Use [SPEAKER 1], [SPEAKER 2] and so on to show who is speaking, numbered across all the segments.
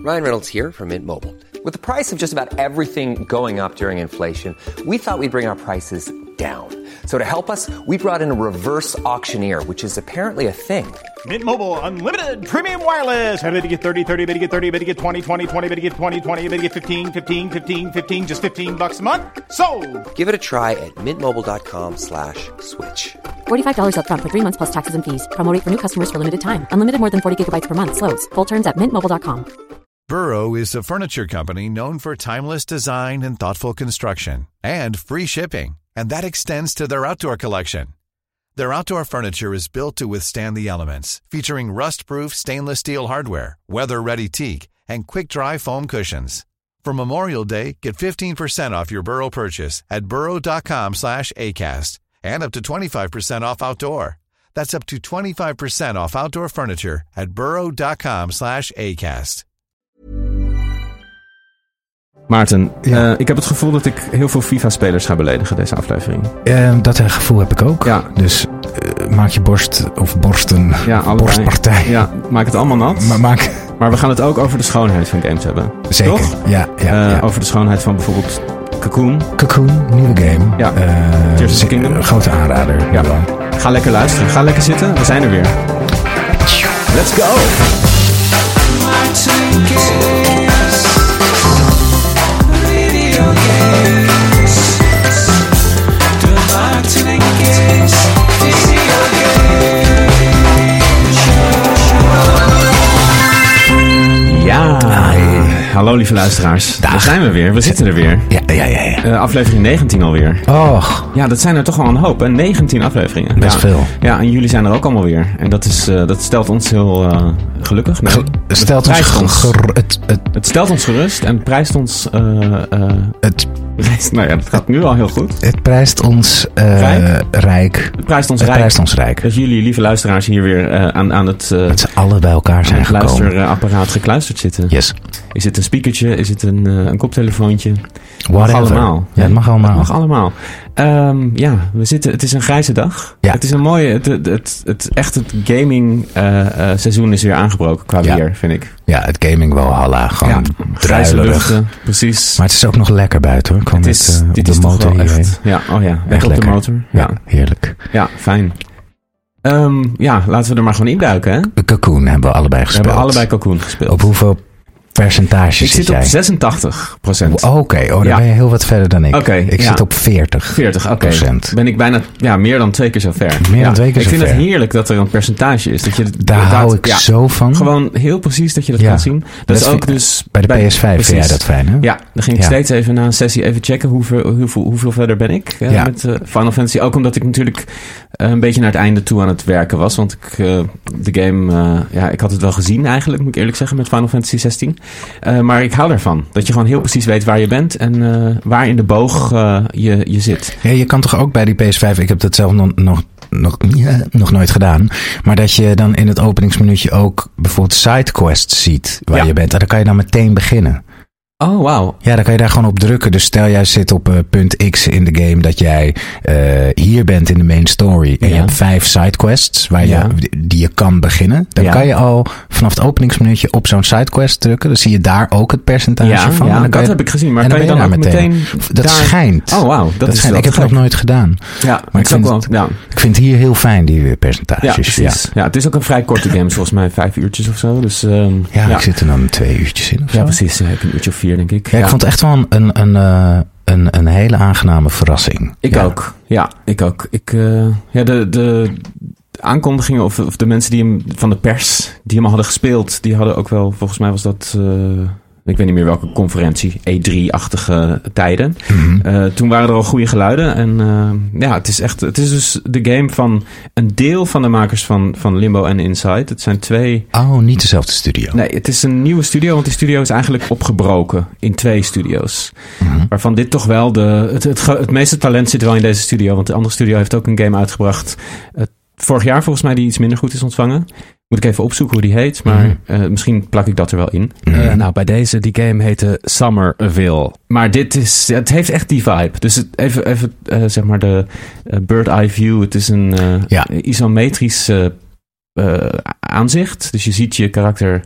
[SPEAKER 1] Ryan Reynolds here from Mint Mobile. With the price of just about everything going up during inflation, we thought we'd bring our prices down. So to help us, we brought in a reverse auctioneer, which is apparently a thing.
[SPEAKER 2] Mint Mobile Unlimited Premium Wireless. How to get 30, 30, bit to get 30, bit to get 20, 20, 20, bit to get 20, 20, bit to get 15, 15, 15, 15, just $15 a month? Sold!
[SPEAKER 1] Give it a try at mintmobile.com/switch.
[SPEAKER 3] $45 up front for 3 months plus taxes and fees. Promo rate for new customers for limited time. Unlimited more than 40 gigabytes per month. Slows full terms at mintmobile.com.
[SPEAKER 4] Burrow is a furniture company known for timeless design and thoughtful construction and free shipping, and that extends to their outdoor collection. Their outdoor furniture is built to withstand the elements, featuring rust-proof stainless steel hardware, weather-ready teak, and quick-dry foam cushions. For Memorial Day, get 15% off your Burrow purchase at burrow.com/acast, and up to 25% off outdoor. That's up to 25% off outdoor furniture at burrow.com/acast.
[SPEAKER 5] Maarten, ik heb het gevoel dat ik heel veel FIFA-spelers ga beledigen deze aflevering.
[SPEAKER 6] Dat gevoel heb ik ook. Ja. Dus maak je borst of borsten, borstpartij.
[SPEAKER 5] Ja, maak het allemaal nat. Maar we gaan het ook over de schoonheid van games hebben.
[SPEAKER 6] Zeker,
[SPEAKER 5] toch?
[SPEAKER 6] Ja.
[SPEAKER 5] Over de schoonheid van bijvoorbeeld Cocoon,
[SPEAKER 6] nieuwe game.
[SPEAKER 5] Ja.
[SPEAKER 6] Een grote aanrader.
[SPEAKER 5] Ja. Ga lekker luisteren, ga lekker zitten. We zijn er weer. Let's go! Ja, hallo lieve luisteraars. Daar zijn we weer, we zitten er weer.
[SPEAKER 6] Ja.
[SPEAKER 5] Aflevering 19 alweer.
[SPEAKER 6] Och.
[SPEAKER 5] Ja, dat zijn er toch wel een hoop, hè? 19 afleveringen.
[SPEAKER 6] Best veel.
[SPEAKER 5] Ja, en jullie zijn er ook allemaal weer. En dat stelt ons heel gelukkig. Nee,
[SPEAKER 6] het stelt
[SPEAKER 5] ons gerust en prijst ons... nou ja, dat gaat nu al heel goed.
[SPEAKER 6] Het prijst ons rijk.
[SPEAKER 5] Het prijst ons rijk. Dat jullie, lieve luisteraars, hier weer aan het...
[SPEAKER 6] met z'n allen bij elkaar zijn gekomen.
[SPEAKER 5] luisterapparaat gekluisterd zitten.
[SPEAKER 6] Yes.
[SPEAKER 5] Is het een speakertje? Is het een koptelefoontje?
[SPEAKER 6] Whatever.
[SPEAKER 5] Mag allemaal.
[SPEAKER 6] Ja, het mag allemaal.
[SPEAKER 5] Het mag allemaal. Het is een grijze dag. Ja. Het is een mooie... Het gaming seizoen is weer aangebroken qua weer, vind ik.
[SPEAKER 6] Ja, het gaming Valhalla. Gewoon
[SPEAKER 5] grijze luchten, precies.
[SPEAKER 6] Maar het is ook nog lekker buiten, hoor.
[SPEAKER 5] Dit is motor toch wel echt. Ja, echt op lekker. De motor.
[SPEAKER 6] Ja, heerlijk.
[SPEAKER 5] Ja, fijn. Laten we er maar gewoon induiken, hè?
[SPEAKER 6] Cocoon hebben we allebei gespeeld.
[SPEAKER 5] We hebben allebei Cocoon gespeeld.
[SPEAKER 6] Op hoeveel percentage
[SPEAKER 5] ik zit op 86%.
[SPEAKER 6] Oké, dan ben je heel wat verder dan ik. Ik zit op 40.
[SPEAKER 5] Oké. Ben ik bijna meer dan 2 keer zo ver. Ik vind het heerlijk dat er een percentage is. Dat je
[SPEAKER 6] daar hou ik zo van.
[SPEAKER 5] Gewoon heel precies dat je dat kan zien. Dat is ook dus
[SPEAKER 6] bij de PS5 vind jij dat fijn, hè?
[SPEAKER 5] Ja, dan ging ik steeds even na een sessie even checken hoeveel verder ben ik met Final Fantasy. Ook omdat ik natuurlijk een beetje naar het einde toe aan het werken was. Want de game, ik had het wel gezien eigenlijk, moet ik eerlijk zeggen, met Final Fantasy 16. Maar ik hou ervan. Dat je gewoon heel precies weet waar je bent en waar in de boog je zit.
[SPEAKER 6] Ja, je kan toch ook bij die PS5, ik heb dat zelf nog nooit gedaan, maar dat je dan in het openingsmenuutje ook bijvoorbeeld sidequests ziet waar je bent. En dan kan je dan meteen beginnen.
[SPEAKER 5] Oh, wauw.
[SPEAKER 6] Ja, dan kan je daar gewoon op drukken. Dus stel jij zit op punt X in de game dat jij hier bent in de main story. En je hebt 5 sidequests die je kan beginnen. Dan kan je al vanaf het openingsmenuutje op zo'n sidequest drukken. Dan zie je daar ook het percentage van.
[SPEAKER 5] Ja, dat heb ik gezien. Maar kan je dan ook meteen
[SPEAKER 6] dat schijnt.
[SPEAKER 5] Oh, wauw. Dat schijnt.
[SPEAKER 6] Ik heb het nog nooit gedaan.
[SPEAKER 5] Ja,
[SPEAKER 6] maar ik vind hier heel fijn, die percentages.
[SPEAKER 5] Ja, precies. Ja, het is ook een vrij korte game. Volgens mij 5 uurtjes of zo. Dus,
[SPEAKER 6] ik zit er dan 2 uurtjes in of zo.
[SPEAKER 5] Ja, precies. Ik een uurtje of 4, denk ik.
[SPEAKER 6] Ja, ik vond het echt wel een hele aangename verrassing.
[SPEAKER 5] Ik ook. De aankondigingen of de mensen die hem van de pers die hem al hadden gespeeld, die hadden ook wel, volgens mij was dat ik weet niet meer welke conferentie, E3-achtige tijden. Mm-hmm. Toen waren er al goede geluiden. En het is dus de game van een deel van de makers van Limbo en Inside. Het zijn 2...
[SPEAKER 6] Oh, niet dezelfde studio.
[SPEAKER 5] Nee, het is een nieuwe studio, want die studio is eigenlijk opgebroken in 2 studio's. Mm-hmm. Waarvan dit toch wel het meeste talent zit wel in deze studio. Want de andere studio heeft ook een game uitgebracht vorig jaar volgens mij die iets minder goed is ontvangen. Moet ik even opzoeken hoe die heet, maar misschien plak ik dat er wel in. Bij deze, die game heette Somerville. Maar het heeft echt die vibe. Dus even zeg maar de bird eye view. Het is een isometrisch aanzicht. Dus je ziet je karakter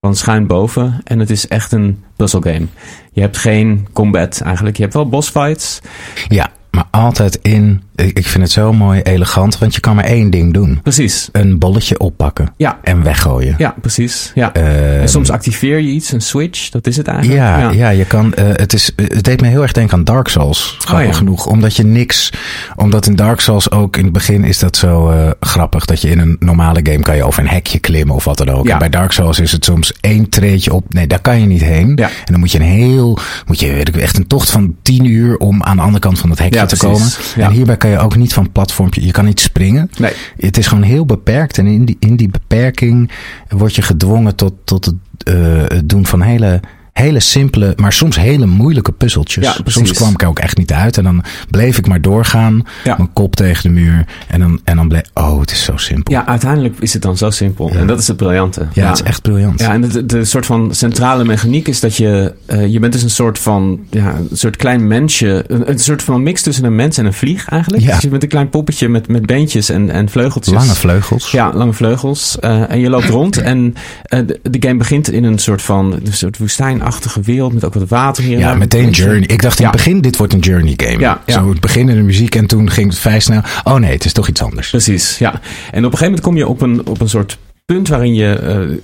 [SPEAKER 5] van schuin boven. En het is echt een puzzelgame. Je hebt geen combat eigenlijk. Je hebt wel bossfights.
[SPEAKER 6] Ja, maar altijd ik vind het zo mooi elegant, want je kan maar één ding doen.
[SPEAKER 5] Precies.
[SPEAKER 6] Een bolletje oppakken en weggooien.
[SPEAKER 5] Ja, precies. Ja. En soms activeer je iets, een switch, dat is het eigenlijk.
[SPEAKER 6] Ja, je kan, het deed me heel erg denken aan Dark Souls, grappig genoeg. Omdat in Dark Souls ook in het begin is dat zo grappig, dat je in een normale game kan je over een hekje klimmen of wat dan ook. Ja. En bij Dark Souls is het soms 1 treedje op, nee, daar kan je niet heen. Ja. En dan moet je echt een tocht van 10 uur om aan de andere kant van het hekje te komen. Ja. En hierbij kan je ook niet van platformpje, je kan niet springen. Nee. Het is gewoon heel beperkt en in die beperking word je gedwongen tot het doen van hele simpele, maar soms hele moeilijke puzzeltjes. Ja, soms kwam ik er ook echt niet uit en dan bleef ik maar doorgaan, mijn kop tegen de muur en dan bleef, het is zo simpel.
[SPEAKER 5] Ja, uiteindelijk is het dan zo simpel en dat is het briljante.
[SPEAKER 6] Ja, het is echt briljant.
[SPEAKER 5] Ja, en de soort van centrale mechaniek is dat je bent dus een soort klein mensje, een soort van mix tussen een mens en een vlieg eigenlijk. Ja. Dus je bent een klein poppetje met beentjes en vleugeltjes.
[SPEAKER 6] Lange vleugels.
[SPEAKER 5] Ja, lange vleugels. En je loopt rond en de game begint in een soort woestijnachtige wereld met ook wat water hier.
[SPEAKER 6] Ja, meteen Journey. Ik dacht in het begin, dit wordt een Journey game. Ja. Zo het begin in de muziek en toen ging het vrij snel. Oh nee, het is toch iets anders.
[SPEAKER 5] Precies, ja. En op een gegeven moment kom je op een soort punt waarin je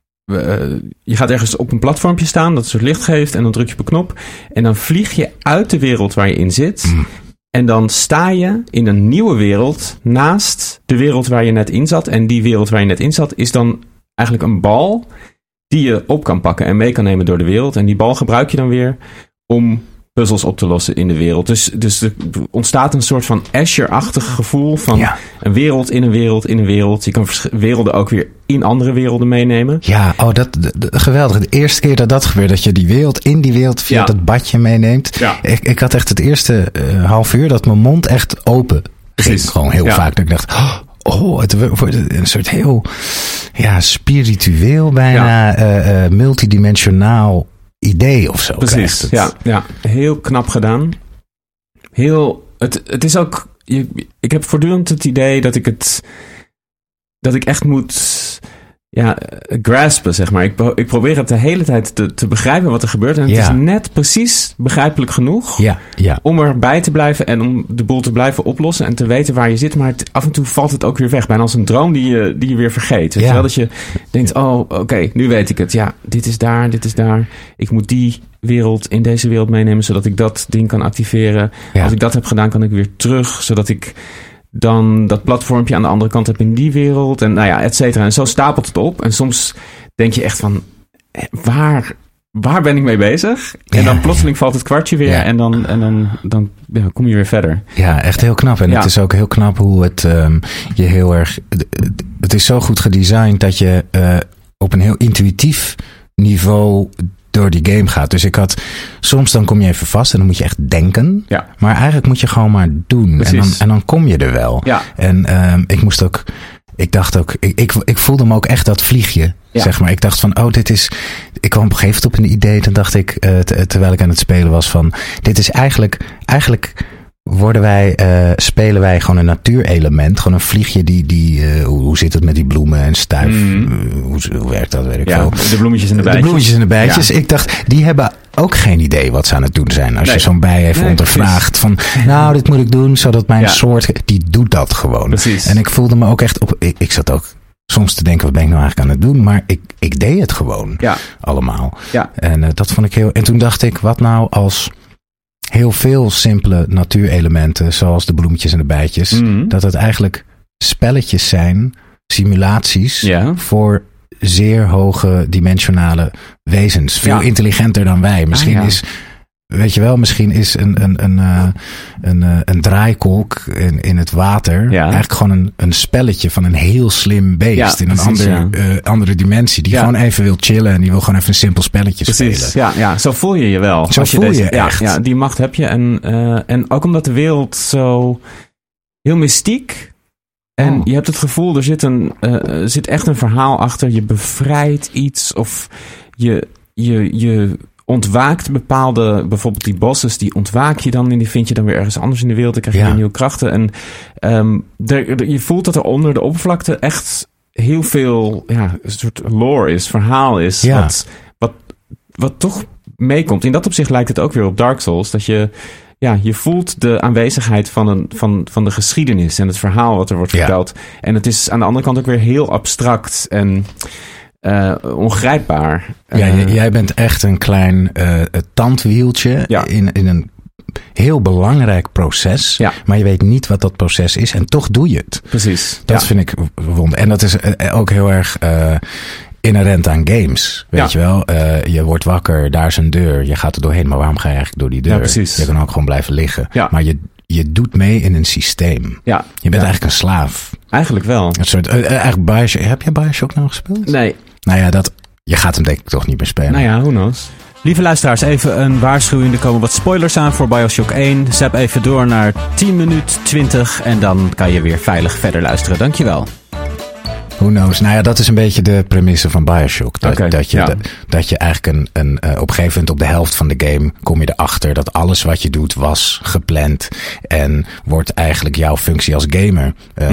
[SPEAKER 5] gaat ergens op een platformpje staan dat een soort licht geeft en dan druk je op een knop en dan vlieg je uit de wereld waar je in zit. En dan sta je in een nieuwe wereld naast de wereld waar je net in zat. En die wereld waar je net in zat is dan eigenlijk een bal die je op kan pakken en mee kan nemen door de wereld. En die bal gebruik je dan weer om puzzels op te lossen in de wereld. Dus er ontstaat een soort van Azure-achtig gevoel van een wereld in een wereld in een wereld. Je kan werelden ook weer in andere werelden meenemen.
[SPEAKER 6] Ja, geweldig. De eerste keer dat gebeurt, dat je die wereld in die wereld via dat badje meeneemt. Ja. Ik had echt het eerste half uur dat mijn mond echt open ging. Gewoon heel vaak. Dat ik dacht, het wordt een soort heel spiritueel, bijna multidimensionaal idee of zo.
[SPEAKER 5] Precies, ja. Heel knap gedaan. Het is ook, ik heb voortdurend het idee dat ik echt moet graspen, zeg maar. Ik probeer het de hele tijd te begrijpen wat er gebeurt. En het is net precies begrijpelijk genoeg om erbij te blijven en om de boel te blijven oplossen en te weten waar je zit. Maar af en toe valt het ook weer weg. Bijna als een droom die je weer vergeet. Weet je wel, dat je denkt, oké, nu weet ik het. Ja, dit is daar. Ik moet die wereld in deze wereld meenemen, zodat ik dat ding kan activeren. Ja. Als ik dat heb gedaan, kan ik weer terug, zodat ik dan dat platformpje aan de andere kant heb in die wereld. En et cetera. En zo stapelt het op. En soms denk je echt van, waar ben ik mee bezig? En dan plotseling valt het kwartje weer. Ja. En dan kom je weer verder.
[SPEAKER 6] Ja, echt heel knap. En het is ook heel knap hoe het je heel erg... Het is zo goed gedesigned dat je op een heel intuïtief niveau door die game gaat. Dus soms dan kom je even vast en dan moet je echt denken. Ja. Maar eigenlijk moet je gewoon maar doen. En dan kom je er wel. Ja. En ik voelde me ook echt dat vliegje. Ja. Zeg maar. Ik dacht van, ik kwam op een gegeven moment op een idee. Dan dacht ik, terwijl ik aan het spelen was van, dit is eigenlijk spelen wij gewoon een natuurelement. Gewoon een vliegje hoe zit het met die bloemen en stuif? Hoe werkt dat? Weet ik veel.
[SPEAKER 5] De bloemetjes en de bijtjes.
[SPEAKER 6] De bloemetjes en de bijtjes. Ja. Ik dacht, die hebben ook geen idee wat ze aan het doen zijn. Als je zo'n bij even ondervraagt van, dit moet ik doen, zodat mijn soort, die doet dat gewoon. Precies. En ik voelde me ook echt ik zat ook soms te denken, wat ben ik nou eigenlijk aan het doen? Maar ik deed het gewoon. Allemaal. Ja. En dat vond ik heel... En toen dacht ik, wat nou als heel veel simpele natuurelementen, zoals de bloemetjes en de bijtjes, dat het eigenlijk spelletjes zijn, simulaties voor zeer hoge dimensionale wezens. Veel intelligenter dan wij. Misschien is, weet je wel, een draaikolk in het water eigenlijk gewoon een spelletje van een heel slim beest in een andere dimensie. Die gewoon even wil chillen en die wil gewoon even een simpel spelletje spelen.
[SPEAKER 5] Ja, zo voel je je wel.
[SPEAKER 6] Zo voel je echt.
[SPEAKER 5] Ja, die macht heb je. En ook omdat de wereld zo heel mystiek. En je hebt het gevoel, er zit echt een verhaal achter. Je bevrijdt iets of je ontwaakt bepaalde, bijvoorbeeld die bosses, die ontwaak je dan en die vind je dan weer ergens anders in de wereld. Dan krijg je weer nieuwe krachten. En je voelt dat er onder de oppervlakte echt heel veel een soort lore is, verhaal is, wat toch meekomt. In dat opzicht lijkt het ook weer op Dark Souls, dat je voelt de aanwezigheid van de geschiedenis en het verhaal wat er wordt verteld. En het is aan de andere kant ook weer heel abstract en ongrijpbaar.
[SPEAKER 6] Jij bent echt een klein tandwieltje in een heel belangrijk proces, maar je weet niet wat dat proces is en toch doe je het.
[SPEAKER 5] Precies.
[SPEAKER 6] Dat vind ik wonder. En dat is ook heel erg inherent aan games. Weet je wel? Je wordt wakker, daar is een deur, je gaat er doorheen, maar waarom ga je eigenlijk door die deur?
[SPEAKER 5] Ja, precies.
[SPEAKER 6] Je kan ook gewoon blijven liggen. Ja. Maar je doet mee in een systeem. Ja. Je bent eigenlijk een slaaf.
[SPEAKER 5] Eigenlijk wel.
[SPEAKER 6] Een soort, eigenlijk Bioshock. Heb je Bioshock nou gespeeld?
[SPEAKER 5] Nee.
[SPEAKER 6] Nou ja, je gaat hem denk ik toch niet meer spelen.
[SPEAKER 5] Nou ja, who knows. Lieve luisteraars, even een waarschuwing. Er komen wat spoilers aan voor Bioshock 1. Zap even door naar 10 minuten 20 en dan kan je weer veilig verder luisteren. Dankjewel.
[SPEAKER 6] Who knows? Nou ja, dat is een beetje de premisse van Bioshock. Dat je eigenlijk op een gegeven moment op de helft van de game kom je erachter dat alles wat je doet was gepland. En wordt eigenlijk jouw functie als gamer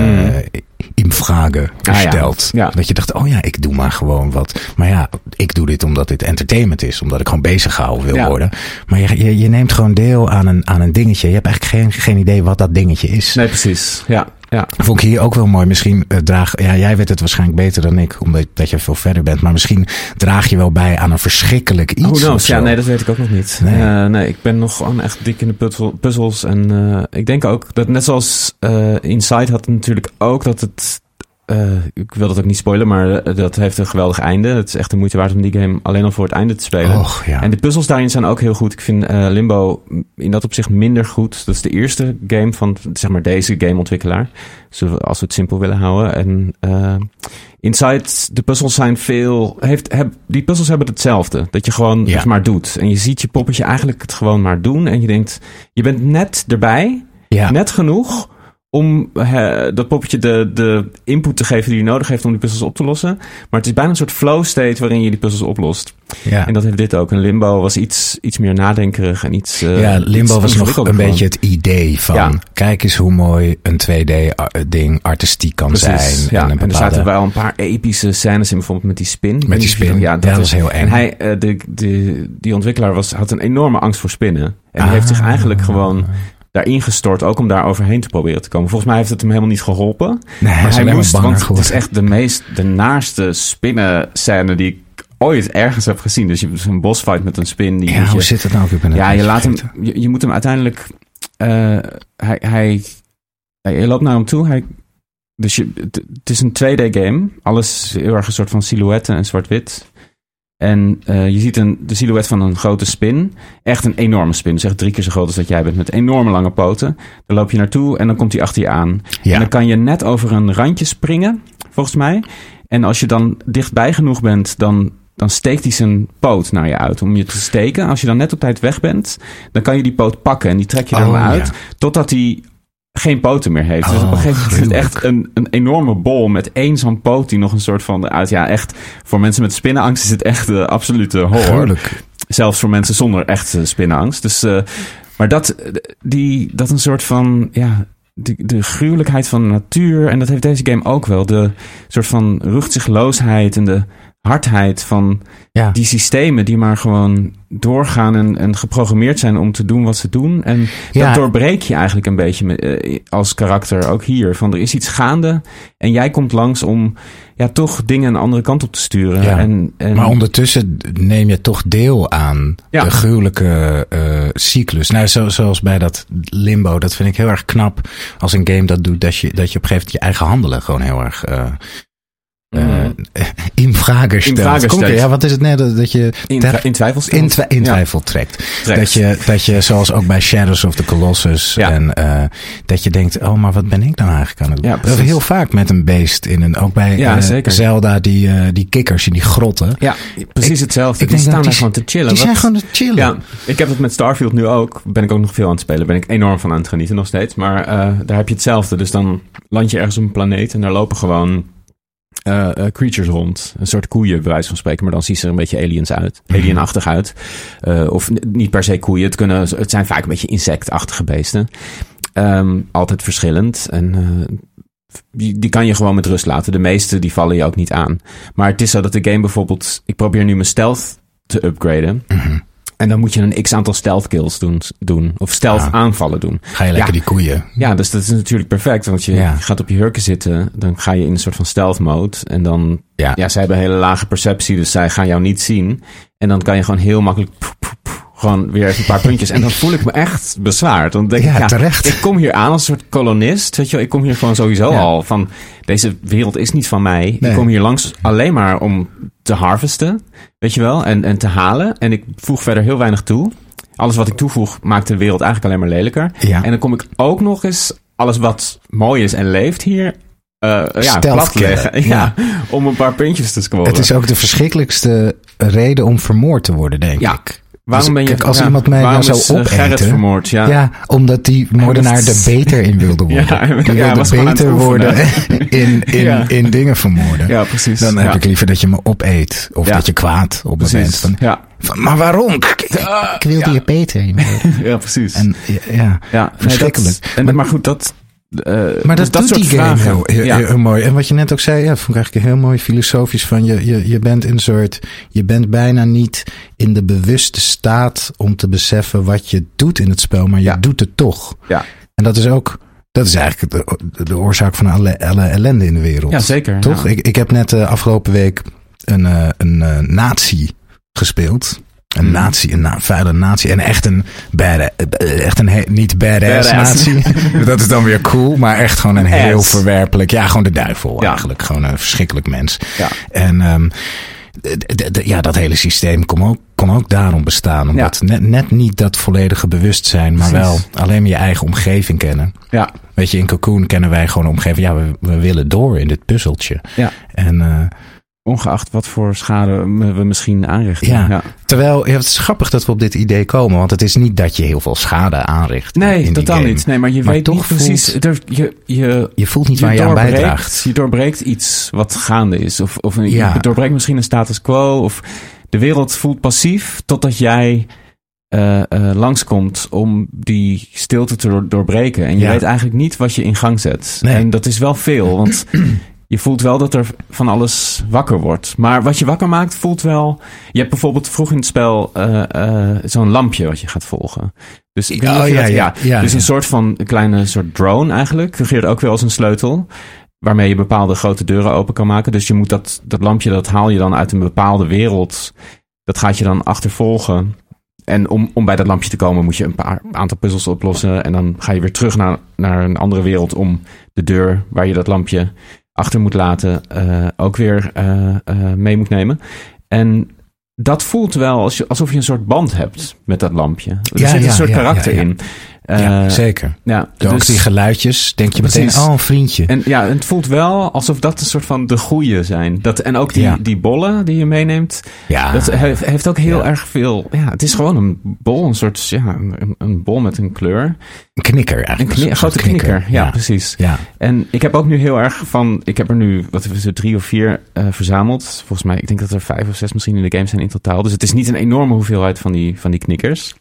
[SPEAKER 6] in vragen gesteld. Dat je dacht, ik doe maar gewoon wat. Maar ja, ik doe dit omdat dit entertainment is. Omdat ik gewoon bezig gehouden wil worden. Maar je neemt gewoon deel aan een dingetje. Je hebt eigenlijk geen idee wat dat dingetje is.
[SPEAKER 5] Nee, precies. Ja.
[SPEAKER 6] Vond ik hier ook wel mooi. Misschien jij weet het waarschijnlijk beter dan ik, omdat je veel verder bent. Maar misschien draag je wel bij aan een verschrikkelijk iets.
[SPEAKER 5] Who knows? Ja, nee, dat weet ik ook nog niet. Nee, ik ben nog gewoon echt dik in de puzzels. En ik denk ook dat net zoals Inside had het natuurlijk ook dat het... ik wil dat ook niet spoilen, maar dat heeft een geweldig einde. Het is echt de moeite waard om die game alleen al voor het einde te spelen. En de puzzels daarin zijn ook heel goed. Ik vind Limbo in dat opzicht minder goed. Dat is de eerste game van, zeg maar, deze gameontwikkelaar. Als we het simpel willen houden. En Inside, de puzzels zijn die puzzels hebben hetzelfde. Dat je gewoon het maar doet. En je ziet je poppetje eigenlijk het gewoon maar doen. En je denkt, je bent net erbij. Net genoeg om dat poppetje de input te geven die je nodig heeft om die puzzels op te lossen. Maar het is bijna een soort flow state waarin je die puzzels oplost. Ja. En dat heeft dit ook. En Limbo was iets meer nadenkerig en iets...
[SPEAKER 6] Limbo was nog een beetje het idee van... Kijk eens hoe mooi een 2D-ding artistiek kan zijn.
[SPEAKER 5] Ja, en er zaten wel een paar epische scènes in, bijvoorbeeld met die spin.
[SPEAKER 6] Met die spin, dat was heel eng.
[SPEAKER 5] En hij, die ontwikkelaar had een enorme angst voor spinnen. En die heeft zich eigenlijk gewoon... daarin gestort, ook om daar overheen te proberen te komen. Volgens mij heeft het hem helemaal niet geholpen. Nee, maar hij moest, want het is echt de naarste spinnen-scène die ik ooit ergens heb gezien. Dus je hebt een bossfight met een spin.
[SPEAKER 6] Hoe zit het nou?
[SPEAKER 5] Je moet hem uiteindelijk... je loopt naar hem toe. Het is een 2D-game. Alles heel erg een soort van silhouetten en zwart-wit. En je ziet de silhouet van een grote spin. Echt een enorme spin. Dus echt 3 keer zo groot als dat jij bent. Met enorme lange poten. Daar loop je naartoe en dan komt hij achter je aan. Ja. En dan kan je net over een randje springen, volgens mij. En als je dan dichtbij genoeg bent, dan steekt hij zijn poot naar je uit om je te steken. Als je dan net op tijd weg bent, dan kan je die poot pakken. En die trek je er maar uit. Totdat hij geen poten meer heeft. Dus op een gegeven moment is het echt een enorme bol met één zo'n poot die nog een soort van eruit. Ja, echt, voor mensen met spinnenangst is het echt de absolute horror. Gruwelijk. Zelfs voor mensen zonder echt spinnenangst. Dus, maar dat een soort van, de gruwelijkheid van de natuur. En dat heeft deze game ook wel. De soort van rugzichtloosheid en de hardheid van die systemen die maar gewoon doorgaan en geprogrammeerd zijn om te doen wat ze doen. En dat doorbreek je eigenlijk een beetje als karakter ook hier. Van er is iets gaande en jij komt langs om toch dingen een andere kant op te sturen. Ja. En
[SPEAKER 6] maar ondertussen neem je toch deel aan de gruwelijke cyclus. Nou, zoals bij dat Limbo, dat vind ik heel erg knap als een game dat doet, dat je op een gegeven moment je eigen handelen gewoon heel erg... in vragen stelt. Wat is het net? Dat je
[SPEAKER 5] in twijfel stelt.
[SPEAKER 6] In twijfel trekt. Dat je, zoals ook bij Shadows of the Colossus, en dat je denkt, maar wat ben ik dan eigenlijk aan het doen? Ja, heel vaak met een beest ook bij Zelda, die kikkers in die grotten. Ja,
[SPEAKER 5] precies hetzelfde. Die staan daar gewoon te chillen.
[SPEAKER 6] Die zijn gewoon te chillen.
[SPEAKER 5] Ja, ik heb het met Starfield nu ook. Ben ik ook nog veel aan het spelen. Ben ik enorm van aan het genieten nog steeds. Maar daar heb je hetzelfde. Dus dan land je ergens op een planeet en daar lopen gewoon creatures rond. Een soort koeien, bij wijze van spreken. Maar dan zien ze er een beetje alienachtig uit. Of niet per se koeien. Het zijn vaak een beetje insectachtige beesten. Altijd verschillend. En die kan je gewoon met rust laten. De meeste die vallen je ook niet aan. Maar het is zo dat de game bijvoorbeeld... Ik probeer nu mijn stealth te upgraden.
[SPEAKER 6] Mm-hmm.
[SPEAKER 5] En dan moet je een x-aantal stealth kills doen. Of stealth aanvallen doen.
[SPEAKER 6] Ga je lekker die koeien.
[SPEAKER 5] Ja, dus dat is natuurlijk perfect. Want je gaat op je hurken zitten. Dan ga je in een soort van stealth mode. En dan... Ja, zij hebben een hele lage perceptie. Dus zij gaan jou niet zien. En dan kan je gewoon heel makkelijk... gewoon weer even een paar puntjes. En dan voel ik me echt bezwaard. Dan denk ik,
[SPEAKER 6] terecht.
[SPEAKER 5] Ik kom hier aan als een soort kolonist. Weet je wel, ik kom hier gewoon sowieso al van... Deze wereld is niet van mij. Nee. Ik kom hier langs alleen maar om te harvesten. Weet je wel, en te halen. En ik voeg verder heel weinig toe. Alles wat ik toevoeg maakt de wereld eigenlijk alleen maar lelijker. Ja. En dan kom ik ook nog eens... alles wat mooi is en leeft hier... plat leggen. Ja, om een paar puntjes te scoren.
[SPEAKER 6] Het is ook de verschrikkelijkste reden om vermoord te worden, denk ik.
[SPEAKER 5] Waarom ben je...
[SPEAKER 6] Kijk, als iemand mij nou zou opeten...
[SPEAKER 5] Gerrit vermoord, ja,
[SPEAKER 6] omdat die moordenaar er beter in wilde worden. Die wilde beter worden in dingen vermoorden.
[SPEAKER 5] Ja, precies.
[SPEAKER 6] Dan heb ik liever dat je me opeet. Of dat je kwaad op me bent. Van, maar waarom? Ik wilde je beter in worden.
[SPEAKER 5] Ja, precies.
[SPEAKER 6] En verschrikkelijk.
[SPEAKER 5] Maar goed, dat...
[SPEAKER 6] maar
[SPEAKER 5] dus
[SPEAKER 6] dat doet die game heel mooi. En wat je net ook zei, vond ik eigenlijk heel mooi filosofisch van je bent een soort, je bent bijna niet in de bewuste staat om te beseffen wat je doet in het spel, maar je doet het toch. Ja. En dat is eigenlijk de oorzaak van alle ellende in de wereld.
[SPEAKER 5] Ja, zeker.
[SPEAKER 6] Toch? Ja. Ik heb net afgelopen week een nazi gespeeld. Een vuile nazi. En echt niet badass nazi. Dat is dan weer cool. Maar echt gewoon een heel verwerpelijk. Ja, gewoon de duivel eigenlijk. Gewoon een verschrikkelijk mens. Ja. En dat hele systeem kon ook daarom bestaan. Omdat net niet dat volledige bewustzijn. Maar wel alleen maar je eigen omgeving kennen. Ja. Weet je, in Cocoon kennen wij gewoon een omgeving. Ja, we willen door in dit puzzeltje. Ja. En...
[SPEAKER 5] ongeacht wat voor schade we misschien aanrichten.
[SPEAKER 6] Ja. Terwijl, het is grappig dat we op dit idee komen. Want het is niet dat je heel veel schade aanricht.
[SPEAKER 5] Nee, totaal niet. Nee, maar je weet toch niet precies...
[SPEAKER 6] Je voelt niet waar je aan bijdraagt.
[SPEAKER 5] Je doorbreekt iets wat gaande is. Of je doorbreekt misschien een status quo. Of de wereld voelt passief totdat jij langskomt om die stilte te doorbreken. En je weet eigenlijk niet wat je in gang zet. Nee. En dat is wel veel, want... Je voelt wel dat er van alles wakker wordt. Maar wat je wakker maakt, voelt wel... Je hebt bijvoorbeeld vroeg in het spel zo'n lampje wat je gaat volgen. Dus dus een soort van een kleine soort drone eigenlijk. Fungeert ook weer als een sleutel. Waarmee je bepaalde grote deuren open kan maken. Dus je moet dat lampje, dat haal je dan uit een bepaalde wereld. Dat gaat je dan achtervolgen. En om bij dat lampje te komen moet je een aantal puzzels oplossen. En dan ga je weer terug naar een andere wereld om de deur waar je dat lampje... achter moet laten, ook weer mee moet nemen. En dat voelt wel alsof je een soort band hebt met dat lampje. Er zit een soort karakter in.
[SPEAKER 6] Zeker. Ja, ook die geluidjes, denk je meteen, een vriendje.
[SPEAKER 5] En het voelt wel alsof dat een soort van de goeie zijn. En ook die bollen die je meeneemt, dat heeft ook heel erg veel... Ja, het is gewoon een bol, een soort, een bol met een kleur.
[SPEAKER 6] Een knikker eigenlijk.
[SPEAKER 5] Een grote knikker, ja, precies. Ja. En ik heb ook nu heel erg ik heb er nu, 3 of 4 verzameld. Volgens mij, ik denk dat er 5 of 6 misschien in de game zijn in totaal. Dus het is niet een enorme hoeveelheid van die knikkers.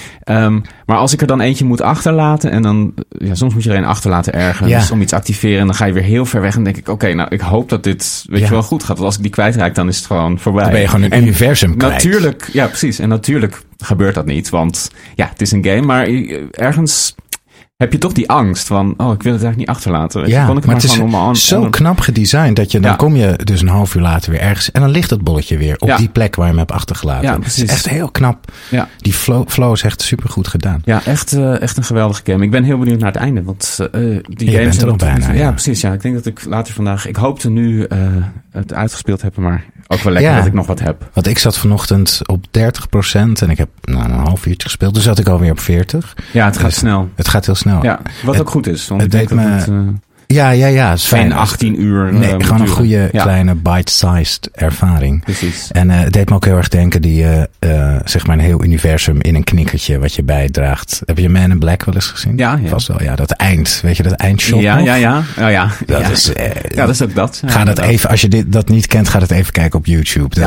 [SPEAKER 5] Maar als ik er dan eentje moet achterlaten en dan... Ja, soms moet je er een achterlaten ergens om iets te activeren. En dan ga je weer heel ver weg en denk ik... Oké, nou, ik hoop dat dit je wel goed gaat. Want als ik die kwijtraak, dan is het gewoon voorbij.
[SPEAKER 6] Dan ben je gewoon een universum kwijt.
[SPEAKER 5] Natuurlijk, ja, precies. En natuurlijk gebeurt dat niet. Want het is een game. Maar ergens... heb je toch die angst van... ik wil het eigenlijk niet achterlaten. Weet je? Kon ik
[SPEAKER 6] maar het is zo knap gedesigned... dat je dan kom je dus een half uur later weer ergens... en dan ligt het bolletje weer op die plek waar je hem hebt achtergelaten. Ja, precies. Het is echt heel knap. Ja. Die flow is echt supergoed gedaan.
[SPEAKER 5] Ja, echt een geweldige game. Ik ben heel benieuwd naar het einde. Want die games...
[SPEAKER 6] bent er al bijna.
[SPEAKER 5] Ja, precies. Ja. Ik denk dat ik later vandaag... Ik hoopte nu het uitgespeeld hebben... maar ook wel lekker dat ik nog wat heb.
[SPEAKER 6] Want ik zat vanochtend op 30% en ik heb een half uurtje gespeeld. Dus zat ik alweer op 40.
[SPEAKER 5] Ja, het gaat snel.
[SPEAKER 6] Het gaat heel snel.
[SPEAKER 5] Ja, wat ook goed is. Want
[SPEAKER 6] het
[SPEAKER 5] ik denk
[SPEAKER 6] deed
[SPEAKER 5] dat
[SPEAKER 6] me... Het is
[SPEAKER 5] fijn. 18 uur.
[SPEAKER 6] Nee, gewoon een goede kleine bite-sized ervaring.
[SPEAKER 5] Precies.
[SPEAKER 6] En het deed me ook heel erg denken zeg maar een heel universum in een knikkertje wat je bijdraagt. Heb je Man in Black wel eens gezien?
[SPEAKER 5] Ja.
[SPEAKER 6] Vast wel. Ja, dat eind. Weet je, dat eindshot nog?
[SPEAKER 5] Ja. Oh, ja.
[SPEAKER 6] Dat is...
[SPEAKER 5] dat is ook dat.
[SPEAKER 6] Ga dat even, als je dat niet kent, ga dat even kijken op YouTube.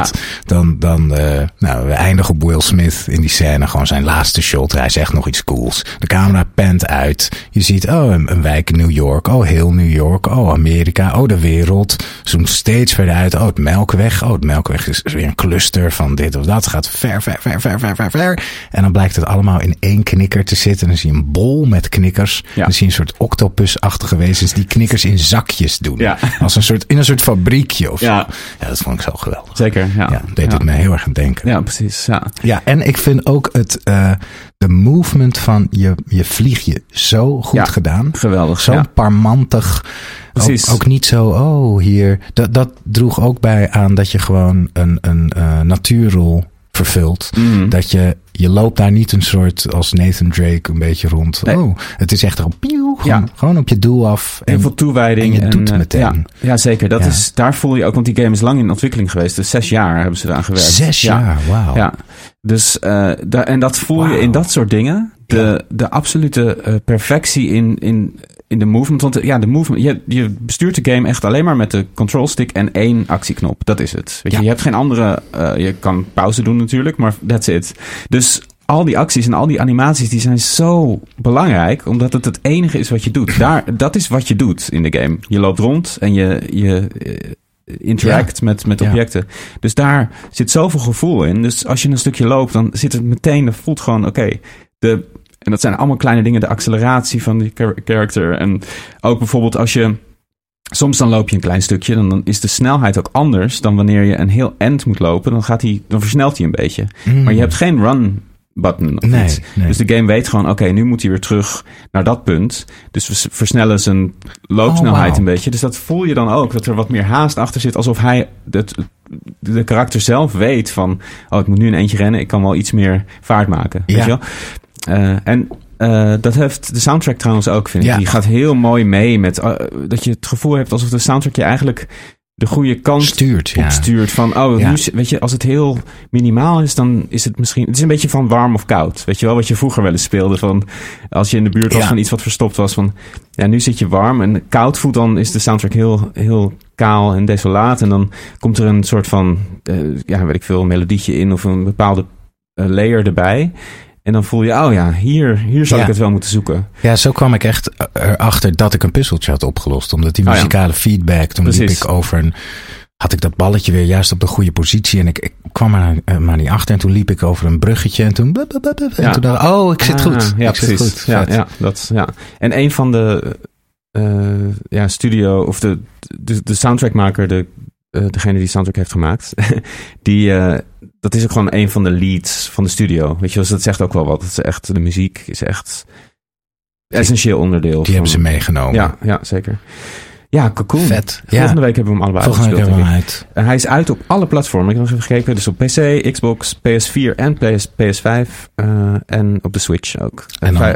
[SPEAKER 6] We eindigen op Will Smith in die scène. Gewoon zijn laatste shot. Hij zegt nog iets cools. De camera pent uit. Je ziet, een wijk in New York. Heel heel New York. Oh, Amerika. Oh, de wereld. Zoomt steeds verder uit. Oh, het Melkweg. Oh, het Melkweg is weer een cluster van dit of dat. Het gaat ver. En dan blijkt het allemaal in één knikker te zitten. En dan zie je een bol met knikkers. Ja. Dan zie je een soort octopusachtige wezens die knikkers in zakjes doen. Ja. Als in een soort fabriekje of zo. Ja, dat vond ik zo geweldig.
[SPEAKER 5] Zeker,
[SPEAKER 6] Deed het me heel erg aan denken.
[SPEAKER 5] Ja, precies.
[SPEAKER 6] Ja, en ik vind ook de movement van je vliegje zo goed gedaan.
[SPEAKER 5] Geweldig.
[SPEAKER 6] Zo parmantig. Precies. Ook niet zo, hier. Dat droeg ook bij aan dat je gewoon een natuurrol vervult. Dat je loopt daar niet een soort als Nathan Drake een beetje rond. Nee. Oh, het is echt gewoon op je doel af.
[SPEAKER 5] Heel veel toewijding.
[SPEAKER 6] En je doet het meteen.
[SPEAKER 5] Ja, zeker. Daar voel je ook, want die game is lang in ontwikkeling geweest. Dus 6 jaar hebben ze eraan gewerkt.
[SPEAKER 6] 6 jaar, wauw.
[SPEAKER 5] Ja. Dus, en dat voel je in dat soort dingen. De absolute perfectie in de movement. Want de movement, je bestuurt de game echt alleen maar met de control stick en 1 actieknop. Dat is het. Weet je hebt geen andere, je kan pauze doen natuurlijk, maar that's it. Dus al die acties en al die animaties, die zijn zo belangrijk, omdat het enige is wat je doet. Dat is wat je doet in de game. Je loopt rond en je interact met objecten. Dus daar zit zoveel gevoel in. Dus als je een stukje loopt, dan zit het meteen, dan voelt gewoon, en dat zijn allemaal kleine dingen. De acceleratie van die character. En ook bijvoorbeeld als je soms dan loop je een klein stukje. Dan is de snelheid ook anders dan wanneer je een heel end moet lopen. Dan versnelt hij een beetje. Maar je hebt geen run button of iets. Nee. Dus de game weet gewoon, nu moet hij weer terug naar dat punt. Dus we versnellen zijn loopsnelheid een beetje. Dus dat voel je dan ook. Dat er wat meer haast achter zit. Alsof hij de karakter zelf weet van, ik moet nu een eentje rennen. Ik kan wel iets meer vaart maken. Weet je wel? Dat heeft de soundtrack trouwens ook, vind ik. Ja. Die gaat heel mooi mee met dat je het gevoel hebt alsof de soundtrack je eigenlijk de goede kant opstuurt. Van, nu, weet je, als het heel minimaal is, dan is het misschien... Het is een beetje van warm of koud. Weet je wel, wat je vroeger wel eens speelde. Van, als je in de buurt was van iets wat verstopt was. Van, nu zit je warm en koud voelt, dan is de soundtrack heel, heel kaal en desolaat. En dan komt er een soort van, weet ik veel, een melodietje in of een bepaalde layer erbij. En dan voel je, hier zou ik het wel moeten zoeken.
[SPEAKER 6] Ja, zo kwam ik echt erachter dat ik een puzzeltje had opgelost. Omdat die muzikale feedback, toen liep ik had ik dat balletje weer juist op de goede positie. En ik kwam er maar niet achter. En toen liep ik over een bruggetje. En toen, en toen dacht ik, ik zit goed.
[SPEAKER 5] Ja, precies. Goed. En een van de studio, of de soundtrackmaker, degene die soundtrack heeft gemaakt, dat is ook gewoon een van de leads van de studio. Weet je, dus dat zegt ook wel wat. Het is echt, de muziek is echt essentieel onderdeel.
[SPEAKER 6] Die hebben ze meegenomen.
[SPEAKER 5] Ja, zeker. Ja, Cocoon.
[SPEAKER 6] Vet.
[SPEAKER 5] Volgende week hebben we hem allebei uitgespeeld. Hij is uit op alle platformen. Ik heb nog even gekeken. Dus op PC, Xbox, PS4 en PS5. En op de Switch ook. En dan,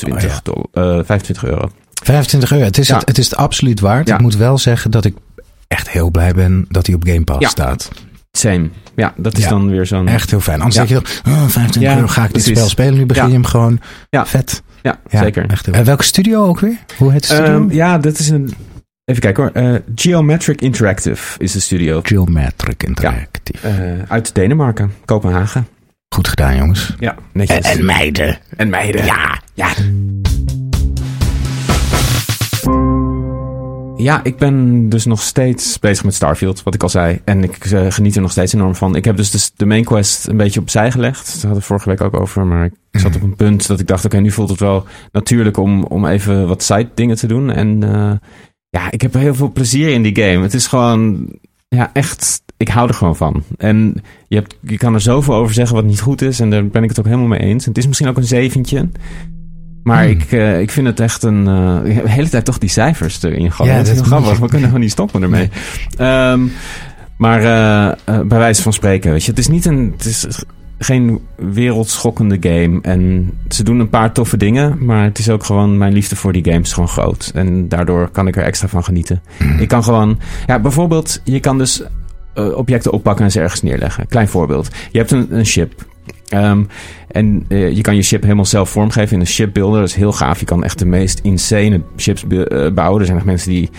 [SPEAKER 5] €25.
[SPEAKER 6] €25. Het is het absoluut waard. Ja. Ik moet wel zeggen dat ik echt heel blij ben dat hij op Game Pass staat.
[SPEAKER 5] Same. Ja, dat is dan weer zo'n...
[SPEAKER 6] Echt heel fijn. Anders denk je dan, €25 ga ik dit spel spelen. Nu begin je hem gewoon vet.
[SPEAKER 5] Ja, zeker.
[SPEAKER 6] Echt heel welke studio ook weer? Hoe heet de studio?
[SPEAKER 5] Dat is een... Even kijken hoor. Geometric Interactive is de studio.
[SPEAKER 6] Geometric Interactive.
[SPEAKER 5] Uit Denemarken. Kopenhagen.
[SPEAKER 6] Goed gedaan, jongens.
[SPEAKER 5] Ja, netjes.
[SPEAKER 6] En meiden.
[SPEAKER 5] Ja. Ja, ik ben dus nog steeds bezig met Starfield, wat ik al zei. En ik geniet er nog steeds enorm van. Ik heb dus de main quest een beetje opzij gelegd. Daar hadden we vorige week ook over. Maar ik zat op een punt dat ik dacht, nu voelt het wel natuurlijk om even wat side dingen te doen. En ik heb heel veel plezier in die game. Het is gewoon, echt, ik hou er gewoon van. En je kan er zoveel over zeggen wat niet goed is. En daar ben ik het ook helemaal mee eens. En het is misschien ook een 7'tje. Maar ik vind het echt de hele tijd toch die cijfers erin gooien. Ja, dat is heel grappig. We kunnen gewoon niet stoppen ermee. Maar bij wijze van spreken, weet je, het is geen wereldschokkende game. En ze doen een paar toffe dingen, maar het is ook gewoon, mijn liefde voor die games is gewoon groot. En daardoor kan ik er extra van genieten. Ik kan gewoon, bijvoorbeeld, je kan dus objecten oppakken en ze ergens neerleggen. Klein voorbeeld. Je hebt een ship. En je kan je ship helemaal zelf vormgeven in een shipbuilder. Dat is heel gaaf. Je kan echt de meest insane ships bouwen. Er zijn echt mensen die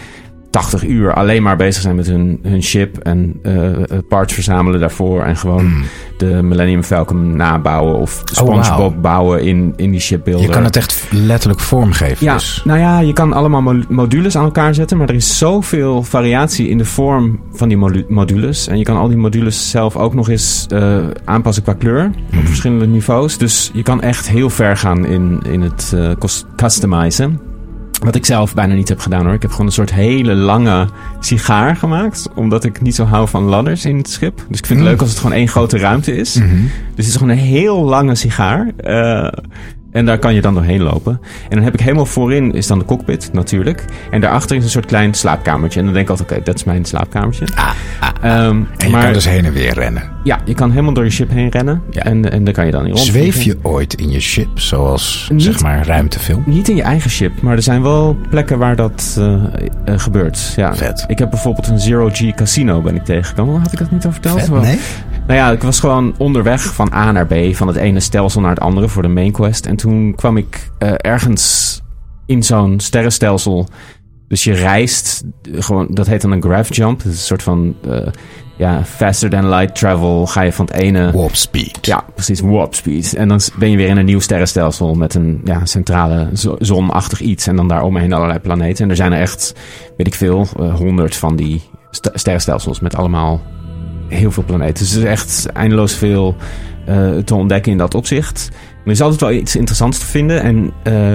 [SPEAKER 5] 80 uur alleen maar bezig zijn met hun ship en parts verzamelen daarvoor en gewoon de Millennium Falcon nabouwen of SpongeBob bouwen in die shipbuilder.
[SPEAKER 6] Je kan het echt letterlijk vormgeven.
[SPEAKER 5] Ja,
[SPEAKER 6] dus.
[SPEAKER 5] Nou ja, je kan allemaal modules aan elkaar zetten, maar er is zoveel variatie in de vorm van die modules. En je kan al die modules zelf ook nog eens aanpassen qua kleur op verschillende niveaus. Dus je kan echt heel ver gaan in het customizen. Wat ik zelf bijna niet heb gedaan hoor. Ik heb gewoon een soort hele lange sigaar gemaakt. Omdat ik niet zo hou van ladders in het schip. Dus ik vind het leuk als het gewoon één grote ruimte is. Dus het is gewoon een heel lange sigaar. En daar kan je dan doorheen lopen. En dan heb ik helemaal voorin is dan de cockpit natuurlijk. En daarachter is een soort klein slaapkamertje. En dan denk ik altijd, oké, dat is mijn slaapkamertje.
[SPEAKER 6] En je kan dus heen en weer rennen.
[SPEAKER 5] Ja, je kan helemaal door je ship heen rennen. Ja. En daar kan je dan niet rond.
[SPEAKER 6] Zweef je ooit in je ship, zoals zeg maar ruimtefilm?
[SPEAKER 5] Niet in je eigen ship, maar er zijn wel plekken waar dat gebeurt. Ja.
[SPEAKER 6] Vet.
[SPEAKER 5] Ik heb bijvoorbeeld een Zero-G casino ben ik tegengekomen. Had ik dat niet al verteld?
[SPEAKER 6] Vet, nee?
[SPEAKER 5] Nou ja, ik was gewoon onderweg van A naar B, van het ene stelsel naar het andere voor de main quest. En toen kwam ik ergens in zo'n sterrenstelsel. Dus je reist, gewoon, dat heet dan een graph jump. Dat is een soort van faster than light travel. Ga je van het ene...
[SPEAKER 6] Warp speed.
[SPEAKER 5] Ja, precies, warp speed. En dan ben je weer in een nieuw sterrenstelsel met een centrale zonachtig iets. En dan daaromheen allerlei planeten. En er zijn er echt, weet ik veel, 100 van die sterrenstelsels met allemaal heel veel planeten. Dus er is echt eindeloos veel te ontdekken in dat opzicht. Er is altijd wel iets interessants te vinden. En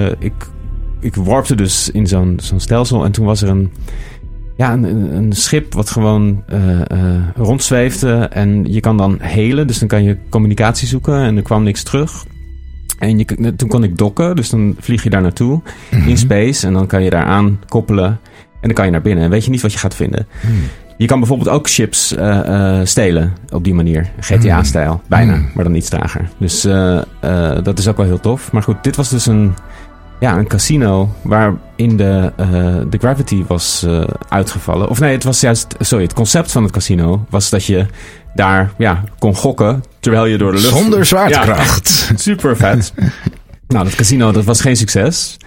[SPEAKER 5] ik warpte dus in zo'n stelsel. En toen was er een schip wat gewoon rondzweefde. En je kan dan helen. Dus dan kan je communicatie zoeken. En er kwam niks terug. En toen kon ik dokken. Dus dan vlieg je daar naartoe in space. En dan kan je daar aan koppelen. En dan kan je naar binnen. En weet je niet wat je gaat vinden. Je kan bijvoorbeeld ook chips stelen op die manier. GTA-stijl. Bijna, maar dan iets trager. Dus dat is ook wel heel tof. Maar goed, dit was dus een casino waarin de gravity was uitgevallen. Of nee, het was juist... Sorry, het concept van het casino was dat je daar kon gokken terwijl je door de lucht...
[SPEAKER 6] Zonder zwaartekracht.
[SPEAKER 5] Ja, super vet. Nou, dat casino, dat was geen succes.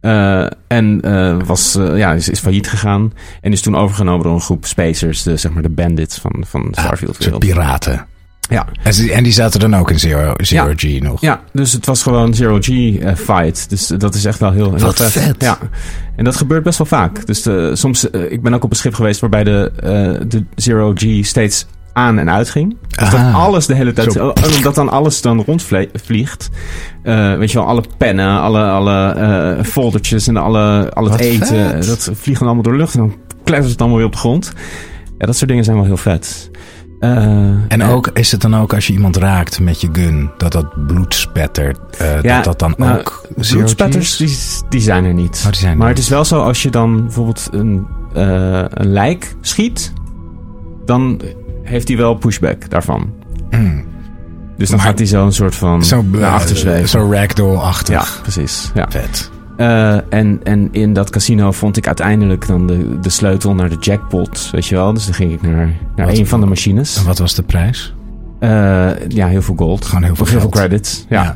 [SPEAKER 5] Is failliet gegaan. En is toen overgenomen door een groep spacers. Zeg maar de bandits van de Starfield-wereld.
[SPEAKER 6] Piraten.
[SPEAKER 5] Ja.
[SPEAKER 6] En die zaten dan ook in Zero G nog?
[SPEAKER 5] Ja, dus het was gewoon Zero G fight. Dus dat is echt wel heel
[SPEAKER 6] vet.
[SPEAKER 5] Ja. En dat gebeurt best wel vaak. Dus soms, ik ben ook op een schip geweest waarbij de Zero G steeds aan en uit ging. Dus dat alles de hele tijd... Omdat dan alles dan rondvliegt. Weet je wel, alle pennen, alle foldertjes en al het eten.
[SPEAKER 6] Vet.
[SPEAKER 5] Dat vliegt dan allemaal door de lucht en dan klettert het allemaal weer op de grond. Ja, dat soort dingen zijn wel heel vet.
[SPEAKER 6] Ook, is het dan ook als je iemand raakt met je gun, dat bloed spettert, dat dan ook
[SPEAKER 5] bloedspetters, die zijn er niet. Maar het is wel zo, als je dan bijvoorbeeld een lijk schiet, dan heeft hij wel pushback daarvan. Dus dan gaat hij zo'n soort van naar achter zweven.
[SPEAKER 6] Zo ragdoll-achtig.
[SPEAKER 5] Ja, precies. Ja.
[SPEAKER 6] Vet.
[SPEAKER 5] En in dat casino vond ik uiteindelijk dan de sleutel naar de jackpot, weet je wel. Dus dan ging ik naar een van de machines.
[SPEAKER 6] En wat was de prijs?
[SPEAKER 5] Heel veel gold.
[SPEAKER 6] Gewoon heel veel
[SPEAKER 5] geld. Heel veel credits. Ja.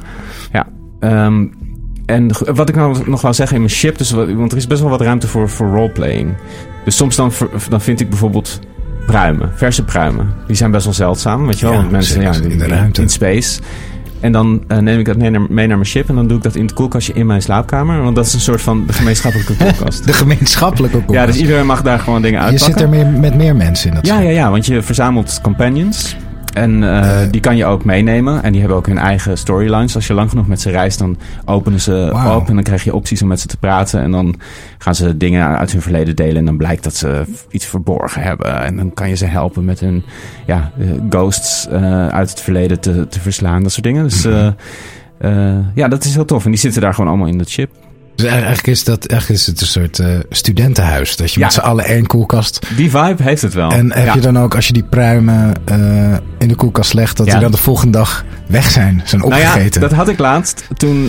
[SPEAKER 5] En wat ik nou nog wou zeggen in mijn ship, want er is best wel wat ruimte voor roleplaying. Dus soms dan vind ik bijvoorbeeld pruimen, verse pruimen. Die zijn best wel zeldzaam, weet je wel. Want mensen
[SPEAKER 6] in de ruimte.
[SPEAKER 5] In space. En dan neem ik dat mee naar mijn ship. En dan doe ik dat in het koelkastje in mijn slaapkamer. Want dat is een soort van de gemeenschappelijke koelkast.
[SPEAKER 6] De gemeenschappelijke koelkast.
[SPEAKER 5] Ja, dus iedereen mag daar gewoon dingen uitpakken.
[SPEAKER 6] Je zit er met meer mensen in dat schip.
[SPEAKER 5] Ja, want je verzamelt companions. En die kan je ook meenemen. En die hebben ook hun eigen storylines. Als je lang genoeg met ze reist, dan openen ze op. En dan krijg je opties om met ze te praten. En dan gaan ze dingen uit hun verleden delen. En dan blijkt dat ze iets verborgen hebben. En dan kan je ze helpen met hun ghosts uit het verleden te verslaan. Dat soort dingen. Dus dat is heel tof. En die zitten daar gewoon allemaal in dat ship.
[SPEAKER 6] Dus eigenlijk is het een soort studentenhuis. Dat je met z'n allen één koelkast...
[SPEAKER 5] Die vibe heeft het wel.
[SPEAKER 6] En heb je dan ook, als je die pruimen in de koelkast legt, dat die dan de volgende dag weg zijn opgegeten?
[SPEAKER 5] Nou ja, dat had ik laatst. Toen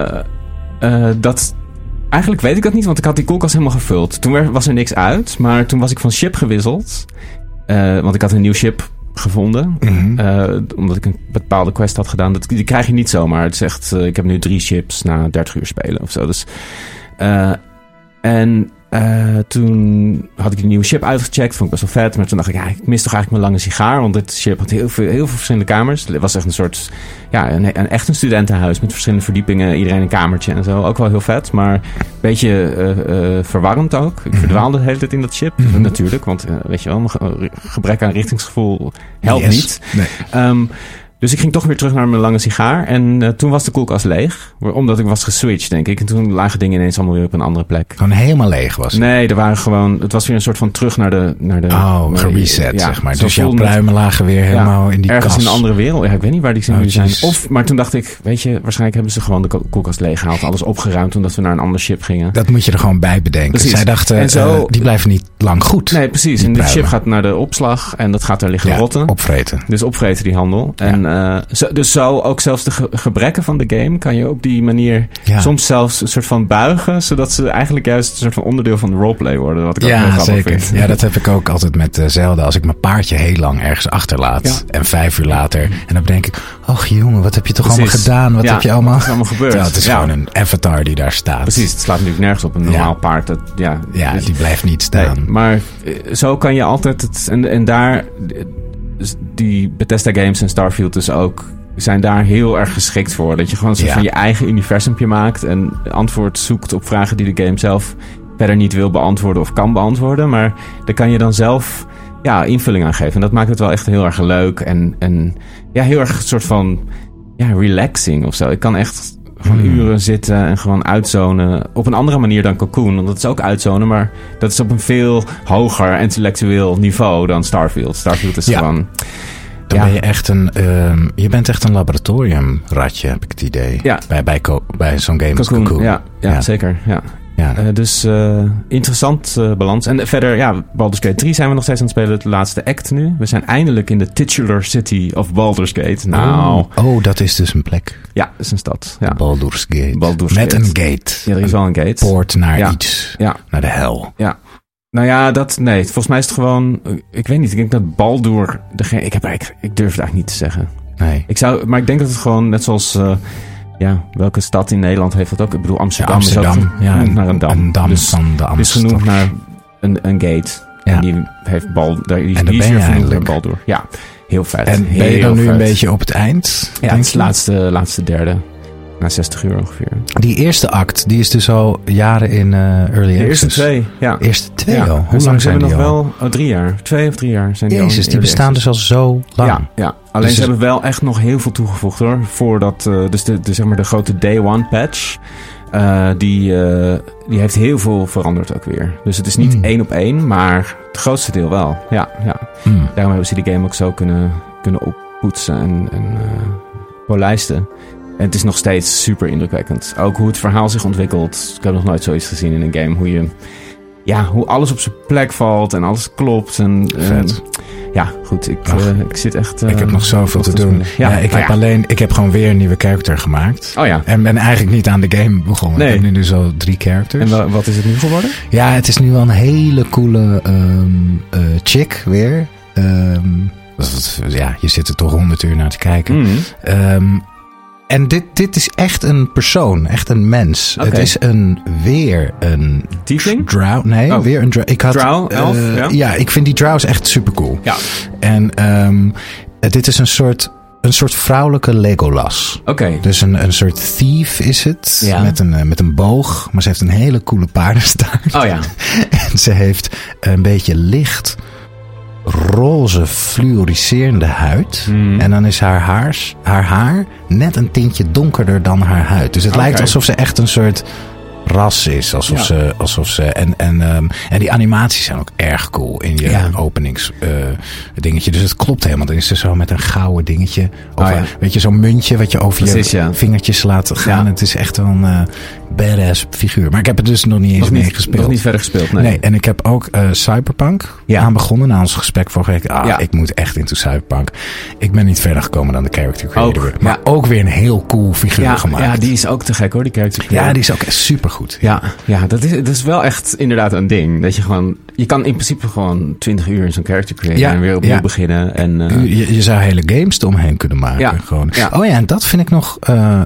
[SPEAKER 5] eigenlijk weet ik dat niet, want ik had die koelkast helemaal gevuld. Toen was er niks uit, maar toen was ik van ship gewisseld. Want ik had een nieuw ship gevonden. Omdat ik een bepaalde quest had gedaan. Die krijg je niet zomaar. Het is echt, ik heb nu 3 ships na 30 uur spelen of zo. Dus, en Toen had ik die nieuwe ship uitgecheckt. Vond ik best wel vet. Maar toen dacht ik, ik mis toch eigenlijk mijn lange sigaar. Want dit ship had heel veel verschillende kamers. Het was echt een soort, echt een studentenhuis met verschillende verdiepingen. Iedereen een kamertje en zo. Ook wel heel vet. Maar een beetje verwarrend ook. Ik verdwaalde de hele tijd in dat ship. Natuurlijk, want weet je wel, gebrek aan richtingsgevoel helpt niet. Nee. Dus ik ging toch weer terug naar mijn lange sigaar. En toen was de koelkast leeg. Omdat ik was geswitcht, denk ik. En toen lagen dingen ineens allemaal weer op een andere plek.
[SPEAKER 6] Gewoon helemaal leeg was het?
[SPEAKER 5] Nee, er waren gewoon... Het was weer een soort van terug naar de
[SPEAKER 6] gereset, zeg maar. Dus jouw pruimen lagen weer helemaal in die
[SPEAKER 5] ergens
[SPEAKER 6] kast.
[SPEAKER 5] In een andere wereld. Ja, ik weet niet waar die nu zijn. Maar toen dacht ik, weet je... Waarschijnlijk hebben ze gewoon de koelkast leeggehaald. Alles opgeruimd omdat we naar een ander ship gingen.
[SPEAKER 6] Dat moet je er gewoon bij bedenken. Precies. Zij dachten, die blijven niet lang goed.
[SPEAKER 5] Nee, precies. En dit ship gaat naar de opslag. En dat gaat er liggen rotten.
[SPEAKER 6] Opvreten.
[SPEAKER 5] Dus opvreten die handel. En dus zo ook zelfs de gebrekken van de game kan je op die manier soms zelfs een soort van buigen, zodat ze eigenlijk juist een soort van onderdeel van de roleplay worden. Wat ik ook heel grappig vind.
[SPEAKER 6] Ja, dat heb ik ook altijd met Zelda. Als ik mijn paardje heel lang ergens achterlaat en 5 uur later en dan denk ik, och jongen, wat heb je toch allemaal gedaan? Wat heb je allemaal?
[SPEAKER 5] Wat is allemaal gebeurd?
[SPEAKER 6] Ja, het is gewoon een avatar die daar staat.
[SPEAKER 5] Precies, het slaat natuurlijk nergens op een normaal paard.
[SPEAKER 6] Dus die blijft niet staan.
[SPEAKER 5] Nee, maar zo kan je altijd en daar die Bethesda games en Starfield dus ook zijn daar heel erg geschikt voor. Dat je gewoon van je eigen universumpje maakt en antwoord zoekt op vragen die de game zelf verder niet wil beantwoorden of kan beantwoorden. Maar daar kan je dan zelf invulling aan geven. En dat maakt het wel echt heel erg leuk en heel erg een soort van relaxing of zo. Ik kan echt gewoon uren zitten en gewoon uitzonen. Op een andere manier dan Cocoon. Want dat is ook uitzonen, maar dat is op een veel hoger intellectueel niveau dan Starfield. Starfield is gewoon...
[SPEAKER 6] Dan ben je echt je bent echt een laboratoriumratje, heb ik het idee. Ja. Bij zo'n game als Cocoon.
[SPEAKER 5] Ja, zeker. Ja. Dus interessant balans. En verder, Baldur's Gate 3 zijn we nog steeds aan het spelen. Het laatste act nu. We zijn eindelijk in de titular city of Baldur's Gate. Nou.
[SPEAKER 6] Oh, dat is dus een plek.
[SPEAKER 5] Ja, dat is een stad. Ja.
[SPEAKER 6] Baldur's Gate. Met een gate.
[SPEAKER 5] Ja, er is wel een gate.
[SPEAKER 6] Poort naar iets. Ja. Naar de hel.
[SPEAKER 5] Ja. Nou ja, volgens mij is het gewoon... Ik weet niet, ik denk dat Baldur... Ik durf het eigenlijk niet te zeggen.
[SPEAKER 6] Nee.
[SPEAKER 5] Maar ik denk dat het gewoon, net zoals... welke stad in Nederland heeft dat ook? Ik bedoel, Amsterdam is ook genoemd naar een dam.
[SPEAKER 6] Een dam van de Amsterdam.
[SPEAKER 5] Dus genoemd naar een gate. Ja. En die heeft die is weer genoemd naar Baldur. Ja, heel vet.
[SPEAKER 6] En ben je dan nu een beetje op het eind?
[SPEAKER 5] Ja, het is de laatste derde. Na 60 uur ongeveer.
[SPEAKER 6] Die eerste act, die is dus al jaren in early access.
[SPEAKER 5] De eerste 2, ja.
[SPEAKER 6] Eerste 2 al? Hoe lang zijn die
[SPEAKER 5] nog
[SPEAKER 6] al?
[SPEAKER 5] wel 3 jaar. 2 of 3 jaar zijn die al.
[SPEAKER 6] Jezus, die bestaan dus al zo lang.
[SPEAKER 5] Ja. Alleen ze hebben wel echt nog heel veel toegevoegd hoor. Voordat, dus zeg maar de grote Day One patch. Die heeft heel veel veranderd ook weer. Dus het is niet 1 op 1, maar het grootste deel wel. Ja. Daarom hebben ze die game ook zo kunnen oppoetsen en polijsten. En het is nog steeds super indrukwekkend. Ook hoe het verhaal zich ontwikkelt. Ik heb nog nooit zoiets gezien in een game. Hoe alles op zijn plek valt en alles klopt. Vet. Goed. Ik zit echt...
[SPEAKER 6] ik heb nog zoveel te doen. Ik heb gewoon weer een nieuwe character gemaakt.
[SPEAKER 5] Oh ja.
[SPEAKER 6] En ben eigenlijk niet aan de game begonnen. Nee. Ik heb nu zo 3 characters.
[SPEAKER 5] En wat is het nu geworden?
[SPEAKER 6] Ja, het is nu wel een hele coole chick weer. Je zit er toch 100 uur naar te kijken. En dit is echt een persoon, echt een mens. Okay. Het is weer een
[SPEAKER 5] tiefling?
[SPEAKER 6] Drow. Nee, weer een drow.
[SPEAKER 5] Drow, elf?
[SPEAKER 6] Ja, ik vind die drows echt super cool.
[SPEAKER 5] Ja.
[SPEAKER 6] En dit is een soort vrouwelijke Legolas.
[SPEAKER 5] Oké.
[SPEAKER 6] Dus een soort thief is het.
[SPEAKER 5] Ja.
[SPEAKER 6] Met een boog. Maar ze heeft een hele coole paardenstaart.
[SPEAKER 5] Oh ja.
[SPEAKER 6] En ze heeft een beetje licht roze fluoriserende huid. En dan is haar haar net een tintje donkerder dan haar huid. Dus het lijkt alsof ze echt een soort ras is. Alsof ze en die animaties zijn ook erg cool in je openings dingetje. Dus het klopt helemaal. Dan is er zo met een gouden dingetje. Of weet je, zo'n muntje wat je over je vingertjes laat gaan. Het is echt wel een badass figuur. Maar ik heb het dus nog niet eens mee gespeeld.
[SPEAKER 5] Nog niet verder gespeeld, nee.
[SPEAKER 6] En ik heb ook Cyberpunk aan begonnen na ons gesprek vorige week. Ik moet echt into Cyberpunk. Ik ben niet verder gekomen dan de character creator. Maar ook weer een heel cool figuur gemaakt.
[SPEAKER 5] Ja, die is ook te gek hoor, die character creator.
[SPEAKER 6] Ja, die is ook super goed. goed.
[SPEAKER 5] Ja, dat is wel echt inderdaad een ding. Dat je kan in principe gewoon 20 uur in zo'n character creëren en weer opnieuw beginnen. En,
[SPEAKER 6] je zou hele games eromheen kunnen maken.
[SPEAKER 5] Ja.
[SPEAKER 6] Gewoon.
[SPEAKER 5] Ja.
[SPEAKER 6] Oh ja, en dat vind ik nog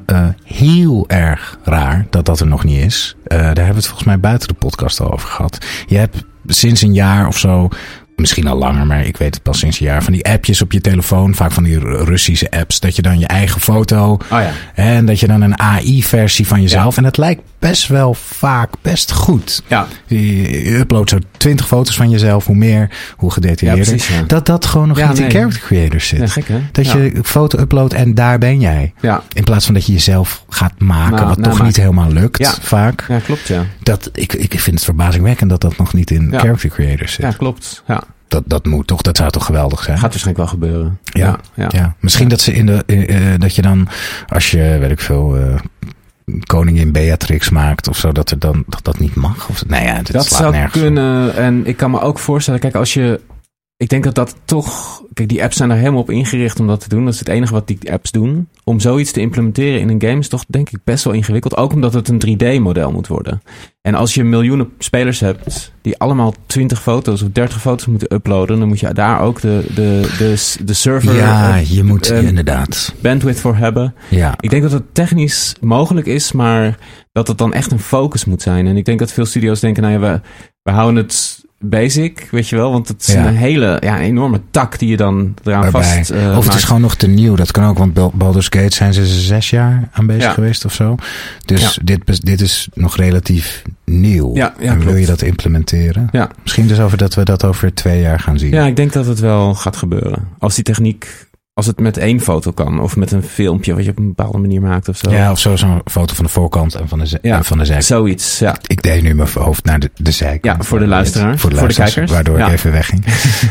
[SPEAKER 6] heel erg raar dat er nog niet is. Daar hebben we het volgens mij buiten de podcast al over gehad. Je hebt sinds een jaar of zo, misschien al langer, maar ik weet het pas sinds een jaar, van die appjes op je telefoon, vaak van die Russische apps, dat je dan je eigen foto en dat je dan een AI-versie van jezelf, en het lijkt best wel vaak best goed. Ja. Je uploadt zo 20 foto's van jezelf, hoe meer, hoe gedetailleerder. Ja, precies, dat gewoon nog niet in character creators zit.
[SPEAKER 5] Ja, gek, hè?
[SPEAKER 6] Dat je een foto uploadt en daar ben jij. Ja. In plaats van dat je jezelf gaat maken, wat toch niet helemaal lukt, vaak.
[SPEAKER 5] Ja, klopt, ja.
[SPEAKER 6] Ik vind het verbazingwekkend dat nog niet in character creators zit.
[SPEAKER 5] Ja, klopt. Ja.
[SPEAKER 6] Dat moet toch, dat zou toch geweldig zijn?
[SPEAKER 5] Gaat waarschijnlijk wel gebeuren.
[SPEAKER 6] Ja. Misschien dat ze dat je dan, als je, weet ik veel, koningin Beatrix maakt of zo, dat niet mag. Of, dat
[SPEAKER 5] zou kunnen. En ik kan me ook voorstellen, kijk, ik denk dat toch, kijk, die apps zijn er helemaal op ingericht om dat te doen. Dat is het enige wat die apps doen. Om zoiets te implementeren in een game is toch, denk ik, best wel ingewikkeld. Ook omdat het een 3D-model moet worden. En als je miljoenen spelers hebt die allemaal 20 foto's of 30 foto's moeten uploaden, dan moet je daar ook de server,
[SPEAKER 6] je moet inderdaad
[SPEAKER 5] bandwidth voor hebben. Ja. Ik denk dat het technisch mogelijk is, maar dat het dan echt een focus moet zijn. En ik denk dat veel studio's denken, we houden het basic, weet je wel, want het is een hele enorme tak die je dan eraan vast
[SPEAKER 6] of het is gewoon nog te nieuw, dat kan ook, want Baldur's Gate zijn ze 6 jaar aan bezig geweest of zo. Dus dit is nog relatief nieuw. En wil je dat implementeren? Ja. Misschien dus dat we dat over 2 jaar gaan zien.
[SPEAKER 5] Ja, ik denk dat het wel gaat gebeuren. Als die techniek, als het met 1 foto kan, of met een filmpje wat je op een bepaalde manier maakt of zo.
[SPEAKER 6] Ja, of zo'n foto van de voorkant en van de zijk.
[SPEAKER 5] Zoiets, ja.
[SPEAKER 6] Ik deed nu mijn hoofd naar de zijkant.
[SPEAKER 5] Ja, voor de luisteraar.
[SPEAKER 6] Voor de kijkers. Waardoor ik even wegging.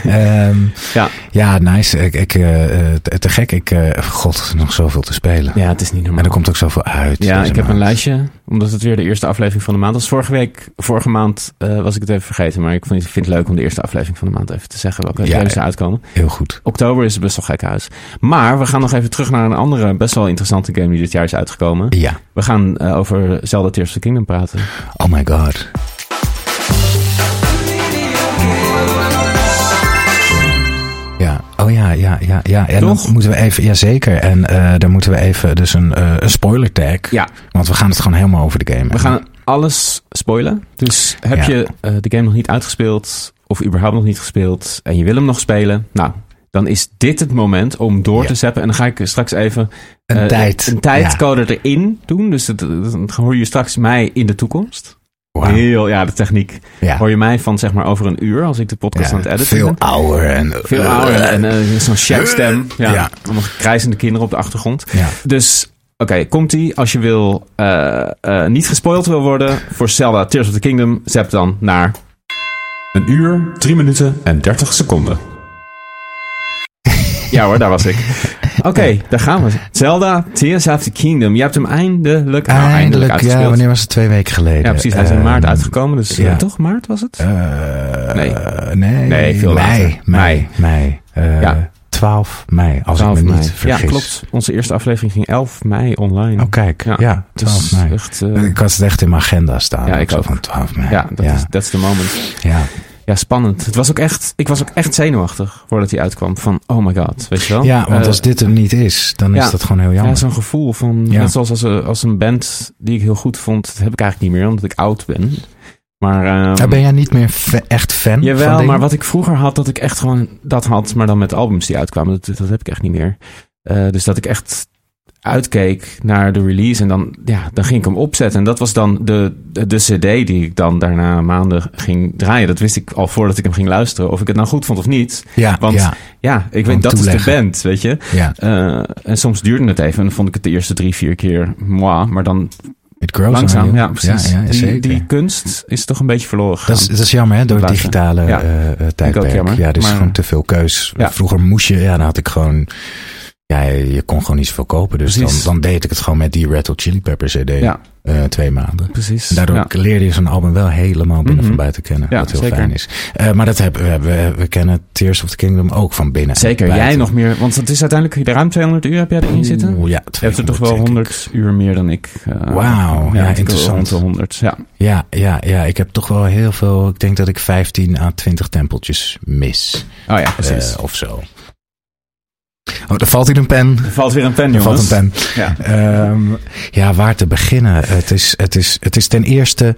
[SPEAKER 6] Nice. Te gek. God, nog zoveel te spelen.
[SPEAKER 5] Ja, het is niet normaal.
[SPEAKER 6] En er komt ook zoveel uit.
[SPEAKER 5] Ja, ik heb een lijstje, omdat het weer de eerste aflevering van de maand was. Vorige maand was ik het even vergeten, maar ik vind het leuk om de eerste aflevering van de maand even te zeggen welke games er uitkomen.
[SPEAKER 6] Heel goed.
[SPEAKER 5] Oktober is best wel gek huis. Maar we gaan nog even terug naar een andere best wel interessante game die dit jaar is uitgekomen. Ja. We gaan over Zelda Tears of the Kingdom praten.
[SPEAKER 6] Oh my god. Ja, En dan moeten we even, jazeker. En daar moeten we even dus een spoiler tag. Ja. Want we gaan het gewoon helemaal over de game.
[SPEAKER 5] We gaan alles spoilen. Dus heb je de game nog niet uitgespeeld of überhaupt nog niet gespeeld en je wil hem nog spelen, nou, dan is dit het moment om door te zappen. En dan ga ik straks even een tijdcode erin doen. Dus dan hoor je straks mij in de toekomst. Wow. De techniek. Ja. Hoor je mij van zeg maar over een uur als ik de podcast aan het editen
[SPEAKER 6] ben. Veel ouder
[SPEAKER 5] en zo'n chatstem. Ja. Nog krijzende kinderen op de achtergrond. Ja. Dus oké, komt-ie. Als je wil niet gespoild wil worden voor Zelda Tears of the Kingdom, zap dan naar 1 uur, 3 minuten en 30 seconden. Ja hoor, daar was ik. Oké, daar gaan we. Zelda, Tears of the Kingdom. Je hebt hem eindelijk uitgespeeld.
[SPEAKER 6] Ja, wanneer was het? 2 weken geleden.
[SPEAKER 5] Ja, precies. Hij is in maart uitgekomen. Dus toch maart was het?
[SPEAKER 6] Nee,
[SPEAKER 5] veel later.
[SPEAKER 6] Mei. 12 mei, als 12 ik me niet vergis.
[SPEAKER 5] Ja, klopt. Onze eerste aflevering ging 11 mei online.
[SPEAKER 6] Oh, kijk. Ja 12 mei. Echt, ik had het echt in mijn agenda staan.
[SPEAKER 5] Ja, ik ook.
[SPEAKER 6] Van 12 mei.
[SPEAKER 5] Ja, dat is de moment. Ja, spannend. Ik was ook echt zenuwachtig voordat hij uitkwam. Van, oh my god, weet je wel?
[SPEAKER 6] Ja, want als dit er niet is, dan is dat gewoon heel jammer.
[SPEAKER 5] Ja, zo'n gevoel van, net zoals als een band die ik heel goed vond. Dat heb ik eigenlijk niet meer, omdat ik oud ben. Maar
[SPEAKER 6] ben jij niet meer echt fan?
[SPEAKER 5] Jawel,
[SPEAKER 6] van
[SPEAKER 5] maar wat ik vroeger had, dat ik echt gewoon dat had, maar dan met albums die uitkwamen. Dat heb ik echt niet meer. Dus dat ik echt uitkeek naar de release en dan ging ik hem opzetten. En dat was dan de cd die ik dan daarna maanden ging draaien. Dat wist ik al voordat ik hem ging luisteren. Of ik het nou goed vond of niet. Ja, want ik weet, dat is de band, weet je. Ja. En soms duurde het even en dan vond ik het de eerste 3-4 keer moi, maar dan langzaam. Ja, precies. Die kunst is toch een beetje verloren gegaan.
[SPEAKER 6] Dat is jammer, hè? Door het digitale tijdperk. Ja, dus gewoon te veel keus. Ja. Vroeger moest je, dan had ik gewoon Ja, je kon gewoon niet zoveel kopen. Dus dan deed ik het gewoon met die Red Hot Chili Peppers CD. 2 maanden.
[SPEAKER 5] Precies.
[SPEAKER 6] En daardoor leerde je zo'n album wel helemaal binnen van buiten kennen.
[SPEAKER 5] Ja,
[SPEAKER 6] wat heel
[SPEAKER 5] zeker.
[SPEAKER 6] fijn is. Maar dat we kennen Tears of the Kingdom ook van binnen.
[SPEAKER 5] Zeker, jij nog meer. Want het is uiteindelijk ruim 200 uur heb jij erin zitten?
[SPEAKER 6] Ja,
[SPEAKER 5] je hebt er toch wel 100 uur meer dan ik.
[SPEAKER 6] Wauw, ja, interessant.
[SPEAKER 5] 100,
[SPEAKER 6] Ja, ik heb toch wel heel veel. Ik denk dat ik 15 à 20 tempeltjes mis.
[SPEAKER 5] Oh ja, precies.
[SPEAKER 6] Of zo. Oh, er valt hier een pen.
[SPEAKER 5] Er valt weer een pen, jongens.
[SPEAKER 6] Er valt een pen. Ja. Waar te beginnen? Het is ten eerste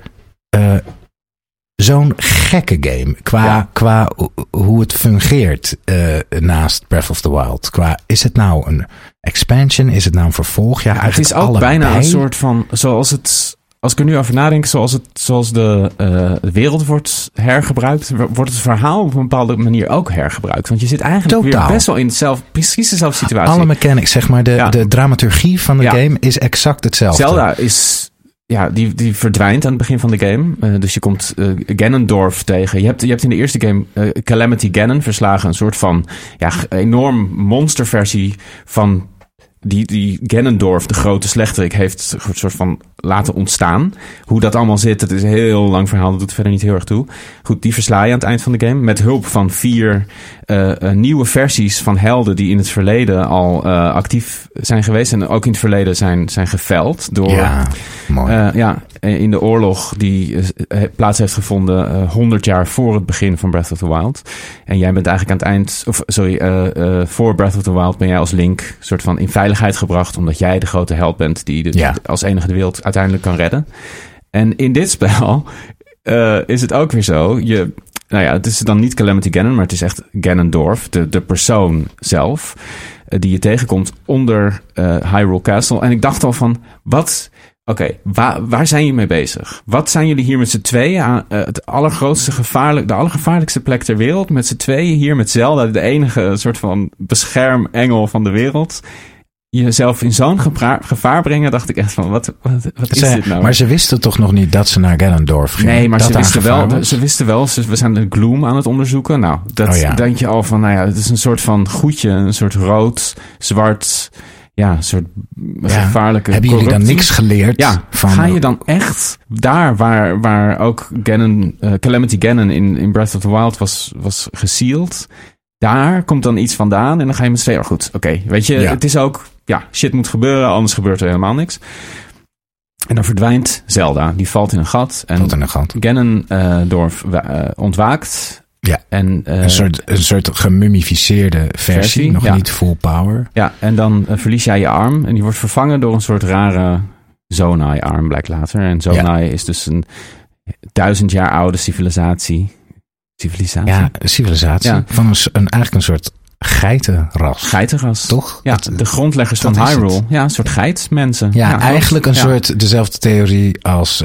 [SPEAKER 6] zo'n gekke game. Qua hoe het fungeert naast Breath of the Wild. Is het nou een expansion? Is het nou een vervolg? Ja,
[SPEAKER 5] het is ook
[SPEAKER 6] allebei.
[SPEAKER 5] Bijna een soort van... Als ik er nu over nadenk, zoals de wereld wordt hergebruikt, wordt het verhaal op een bepaalde manier ook hergebruikt. Want je zit eigenlijk weer best wel in precies dezelfde situatie.
[SPEAKER 6] Alle mechanics, zeg maar, de dramaturgie van de game is exact hetzelfde.
[SPEAKER 5] Zelda is... Ja, die verdwijnt aan het begin van de game. Dus je komt Ganondorf tegen. Je hebt in de eerste game Calamity Ganon verslagen. Een soort van enorm monsterversie van... Die Ganondorf, de grote slechterik, heeft een soort van laten ontstaan. Hoe dat allemaal zit, het is een heel lang verhaal. Dat doet verder niet heel erg toe. Goed, die versla je aan het eind van de game. Met hulp van 4 nieuwe versies van helden die in het verleden al actief zijn geweest. En ook in het verleden zijn geveld door...
[SPEAKER 6] Ja, mooi.
[SPEAKER 5] In de oorlog die plaats heeft gevonden 100 jaar voor het begin van Breath of the Wild. En jij bent eigenlijk aan het eind... voor Breath of the Wild ben jij als Link soort van in veiligheid gebracht, omdat jij de grote held bent die als enige de wereld uiteindelijk kan redden. En in dit spel is het ook weer zo. Het is dan niet Calamity Ganon, maar het is echt Ganondorf, de persoon zelf, die je tegenkomt onder Hyrule Castle. En ik dacht al van, waar zijn jullie mee bezig? Wat zijn jullie hier met z'n tweeën aan de allergevaarlijkste plek ter wereld? Met z'n tweeën hier met Zelda, de enige soort van beschermengel van de wereld. Jezelf in zo'n gevaar brengen, dacht ik echt van, wat is dit nou?
[SPEAKER 6] Maar ze wisten toch nog niet dat ze naar Ganondorf gingen?
[SPEAKER 5] Nee, maar ze wisten wel, we zijn de Gloom aan het onderzoeken. Nou, denk je al van, het is een soort van goedje, een soort rood, zwart... Ja, een soort gevaarlijke...
[SPEAKER 6] Hebben jullie dan niks geleerd?
[SPEAKER 5] Ja, ga je dan echt daar waar ook Calamity Ganon in Breath of the Wild was gesealed... Daar komt dan iets vandaan en dan ga je met z'n tweeën... Goed, weet je, het is ook... Ja, shit moet gebeuren, anders gebeurt er helemaal niks. En dan verdwijnt Zelda. Die valt in een gat. En Ganondorf ontwaakt...
[SPEAKER 6] Ja,
[SPEAKER 5] en,
[SPEAKER 6] een soort gemummificeerde versie, nog niet full power.
[SPEAKER 5] Ja, en dan verlies jij je arm en die wordt vervangen door een soort rare Zonai-arm, blijkt later. En Zonai is dus een 1000 jaar oude civilisatie.
[SPEAKER 6] Ja, civilisatie. Ja. Van eigenlijk een soort geitenras. Toch?
[SPEAKER 5] Ja, de grondleggers van Hyrule. Ja, een soort geitmensen.
[SPEAKER 6] Ja, eigenlijk een soort dezelfde theorie als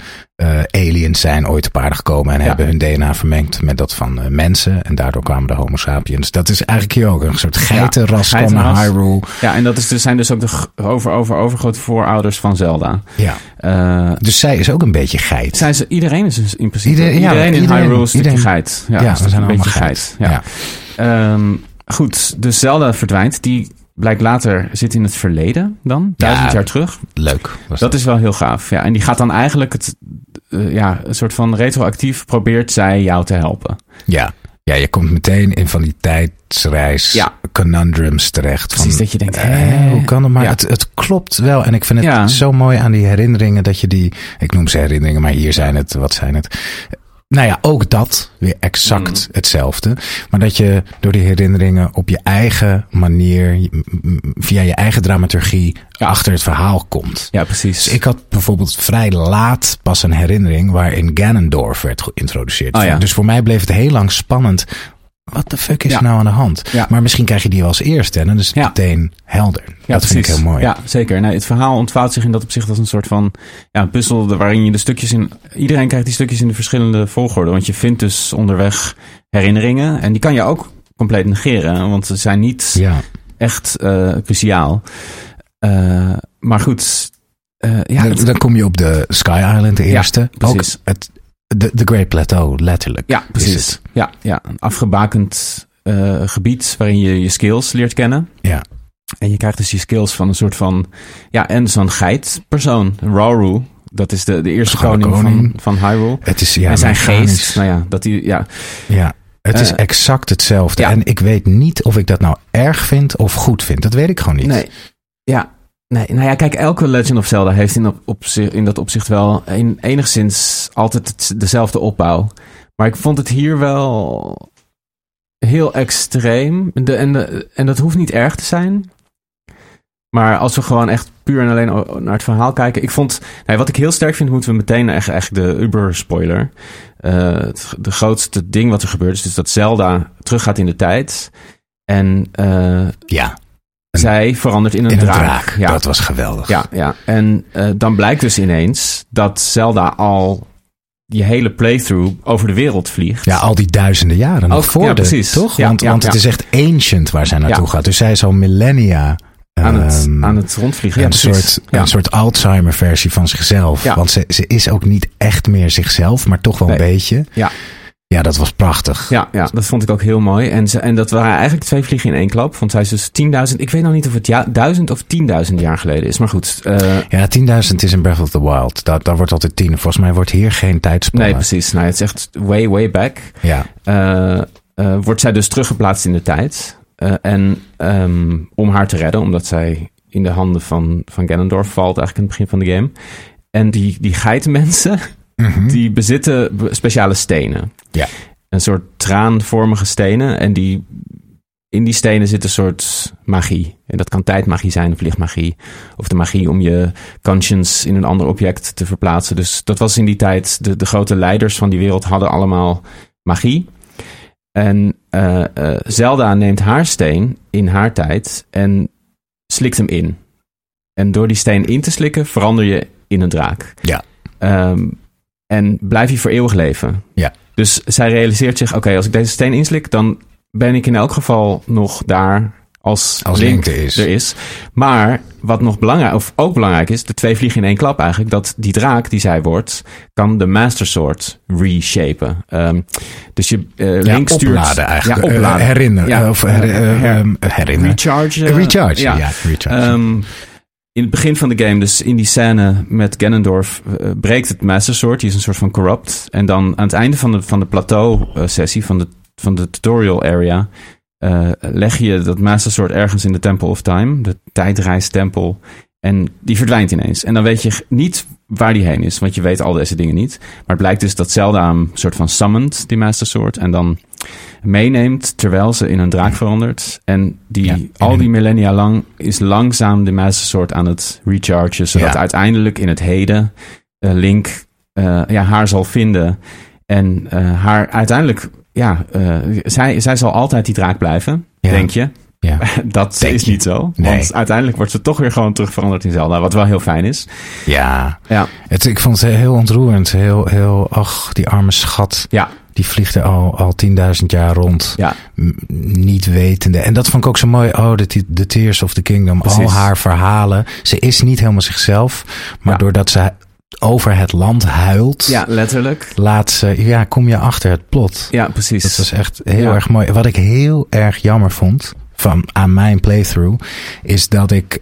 [SPEAKER 6] aliens zijn ooit op aarde gekomen en hebben hun DNA vermengd met dat van mensen. En daardoor kwamen de homo sapiens. Dat is eigenlijk hier ook een soort geitenras van naar Hyrule.
[SPEAKER 5] Ja, en dat zijn dus ook de overgrote voorouders van Zelda.
[SPEAKER 6] Ja. Dus zij is ook een beetje geit.
[SPEAKER 5] Iedereen is dus in principe... Iedereen in Hyrule is een stukje geit. Ja, we zijn een beetje geit. Ja. Goed, dus Zelda verdwijnt. Die blijkt later zit in het verleden dan. 1000 jaar terug.
[SPEAKER 6] Leuk.
[SPEAKER 5] Dat is wel heel gaaf. Ja, en die gaat dan eigenlijk een soort van retroactief probeert zij jou te helpen.
[SPEAKER 6] Ja, je komt meteen in van die tijdsreis conundrums terecht.
[SPEAKER 5] Precies, dat je denkt,
[SPEAKER 6] hoe kan het? Maar het klopt wel. En ik vind het zo mooi aan die herinneringen dat je ik noem ze herinneringen, maar hier zijn het, wat zijn het? Nou ja, ook dat weer exact hetzelfde. Maar dat je door die herinneringen op je eigen manier, via je eigen dramaturgie, achter het verhaal komt.
[SPEAKER 5] Ja, precies.
[SPEAKER 6] Dus ik had bijvoorbeeld vrij laat pas een herinnering waarin Ganondorf werd geïntroduceerd. Dus voor mij bleef het heel lang spannend. Wat de fuck is er nou aan de hand? Ja. Maar misschien krijg je die wel als eerste en dan is het meteen helder. Dat vind ik heel mooi.
[SPEAKER 5] Ja, zeker. Nee, het verhaal ontvouwt zich in dat opzicht als een soort van puzzel waarin je de stukjes in... Iedereen krijgt die stukjes in de verschillende volgorde. Want je vindt dus onderweg herinneringen. En die kan je ook compleet negeren. Want ze zijn niet echt cruciaal. Maar goed...
[SPEAKER 6] dan kom je op de Sky Island, de eerste. Ja, precies. Ook de Great Plateau, letterlijk.
[SPEAKER 5] Ja, precies. Ja, een afgebakend gebied waarin je skills leert kennen.
[SPEAKER 6] Ja.
[SPEAKER 5] En je krijgt dus die skills van een soort van... Ja, en zo'n geitpersoon. Rauru. Dat is de eerste koning van Hyrule.
[SPEAKER 6] Het is,
[SPEAKER 5] en zijn geest. Nou ja, dat hij...
[SPEAKER 6] Ja, het is exact hetzelfde. Ja. En ik weet niet of ik dat nou erg vind of goed vind. Dat weet ik gewoon niet.
[SPEAKER 5] Nee. Ja. Nee, nou ja, kijk, elke Legend of Zelda heeft in dat opzicht wel enigszins altijd dezelfde opbouw. Maar ik vond het hier wel heel extreem. En dat hoeft niet erg te zijn. Maar als we gewoon echt puur en alleen naar het verhaal kijken. Ik vond, wat ik heel sterk vind, moeten we meteen eigenlijk de uber-spoiler. De grootste ding wat er gebeurt is dus dat Zelda teruggaat in de tijd. En zij verandert in een draak.
[SPEAKER 6] Ja. Dat was geweldig.
[SPEAKER 5] Ja. En dan blijkt dus ineens dat Zelda al die hele playthrough over de wereld vliegt.
[SPEAKER 6] Ja, al die duizenden jaren nog voor
[SPEAKER 5] precies.
[SPEAKER 6] Toch? Want het is echt ancient waar zij naartoe gaat. Dus zij is al millennia
[SPEAKER 5] aan het rondvliegen.
[SPEAKER 6] Een soort Alzheimer-versie van zichzelf. Ja. Want ze is ook niet echt meer zichzelf, maar toch wel een beetje. Ja, dat was prachtig.
[SPEAKER 5] Ja, dat vond ik ook heel mooi. En dat waren eigenlijk 2 vliegen in 1 klap. Want zij is dus 10.000... Ik weet nog niet of het 1000 of 10.000 jaar geleden is. Maar goed.
[SPEAKER 6] 10.000 is in Breath of the Wild. Daar wordt altijd 10. Volgens mij wordt hier geen tijdspanne.
[SPEAKER 5] Nee, precies. Nou, het is echt way, way back.
[SPEAKER 6] Ja.
[SPEAKER 5] Wordt zij dus teruggeplaatst in de tijd. Om haar te redden. Omdat zij in de handen van Ganondorf valt eigenlijk in het begin van de game. En die geitenmensen... Mm-hmm. Die bezitten speciale stenen.
[SPEAKER 6] Ja.
[SPEAKER 5] Een soort traanvormige stenen. En in die stenen zit een soort magie. En dat kan tijdmagie zijn of lichtmagie. Of de magie om je conscience in een ander object te verplaatsen. Dus dat was in die tijd... De grote leiders van die wereld hadden allemaal magie. En Zelda neemt haar steen in haar tijd en slikt hem in. En door die steen in te slikken verander je in een draak.
[SPEAKER 6] Ja.
[SPEAKER 5] En blijf je voor eeuwig leven.
[SPEAKER 6] Ja.
[SPEAKER 5] Dus zij realiseert zich... Oké, als ik deze steen inslik... dan ben ik in elk geval nog daar... als Link er is. Maar wat nog belangrijk is... de 2 vliegen in 1 klap eigenlijk... dat die draak die zij wordt... kan de Master Sword reshapen. Dus je Link stuurt...
[SPEAKER 6] Opladen eigenlijk.
[SPEAKER 5] Opladen.
[SPEAKER 6] Herinneren.
[SPEAKER 5] Ja.
[SPEAKER 6] Herinneren.
[SPEAKER 5] Recharge.
[SPEAKER 6] Recharge.
[SPEAKER 5] In het begin van de game, dus in die scène met Ganondorf... breekt het Master Sword. Die is een soort van corrupt. En dan aan het einde van de plateau-sessie... van de tutorial area... leg je dat Master Sword ergens in de Temple of Time. De tijdreistempel. En die verdwijnt ineens. En dan weet je niet waar die heen is. Want je weet al deze dingen niet. Maar het blijkt dus dat Zelda hem soort van summoned, die Master Sword. En dan meeneemt terwijl ze in een draak verandert. En al die millennia lang is langzaam de Master Sword aan het rechargen. Zodat uiteindelijk in het heden Link haar zal vinden. En haar uiteindelijk... zij zal altijd die draak blijven, denk je. Ja. Dat is niet zo. Nee. Want uiteindelijk wordt ze toch weer gewoon terug veranderd in Zelda. Wat wel heel fijn is.
[SPEAKER 6] Ja. Ik vond het heel ontroerend. Heel, ach, die arme schat.
[SPEAKER 5] Ja.
[SPEAKER 6] Die vliegt er al 10.000 jaar rond.
[SPEAKER 5] Ja.
[SPEAKER 6] Niet wetende. En dat vond ik ook zo mooi. The Tears of the Kingdom. Precies. Al haar verhalen. Ze is niet helemaal zichzelf. Maar doordat ze over het land huilt.
[SPEAKER 5] Ja, letterlijk.
[SPEAKER 6] Kom je achter het plot.
[SPEAKER 5] Ja, precies.
[SPEAKER 6] Dat was echt heel erg mooi. Wat ik heel erg jammer vond aan mijn playthrough, is dat ik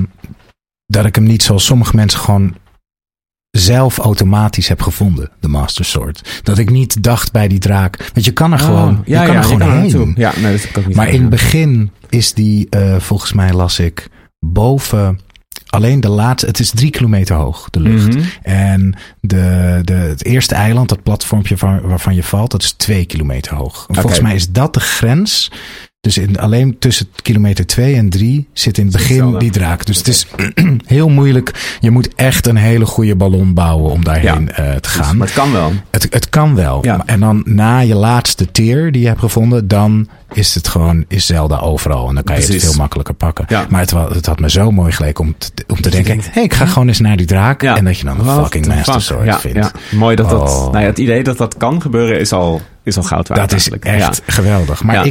[SPEAKER 6] hem niet zoals sommige mensen gewoon zelf automatisch heb gevonden, de Master Sword. Dat ik niet dacht bij die draak, want je kan er gewoon, je kan er gewoon heen.
[SPEAKER 5] Ja, nee, dat heb ik ook niet.
[SPEAKER 6] Maar in het begin is die, volgens mij las ik, boven... Alleen de laatste, het is 3 kilometer hoog, de lucht. Mm-hmm. En het eerste eiland, dat platformpje waarvan je valt, dat is 2 kilometer hoog. En volgens mij is dat de grens. Dus alleen tussen kilometer 2 en 3 zit in het begin die draak. Dus het is heel moeilijk. Je moet echt een hele goede ballon bouwen om daarheen te gaan.
[SPEAKER 5] Maar het kan wel.
[SPEAKER 6] Het kan wel. Ja. En dan na je laatste tier die je hebt gevonden, dan is Zelda overal. En dan kan je het veel makkelijker pakken. Ja. Maar het had me zo mooi geleken om te denken, ik ga gewoon eens naar die draak. Ja. En dat je dan een fucking Master Sword vindt. Ja.
[SPEAKER 5] Mooi dat dat... het idee dat kan gebeuren is al goud waard.
[SPEAKER 6] Dat is echt geweldig. Maar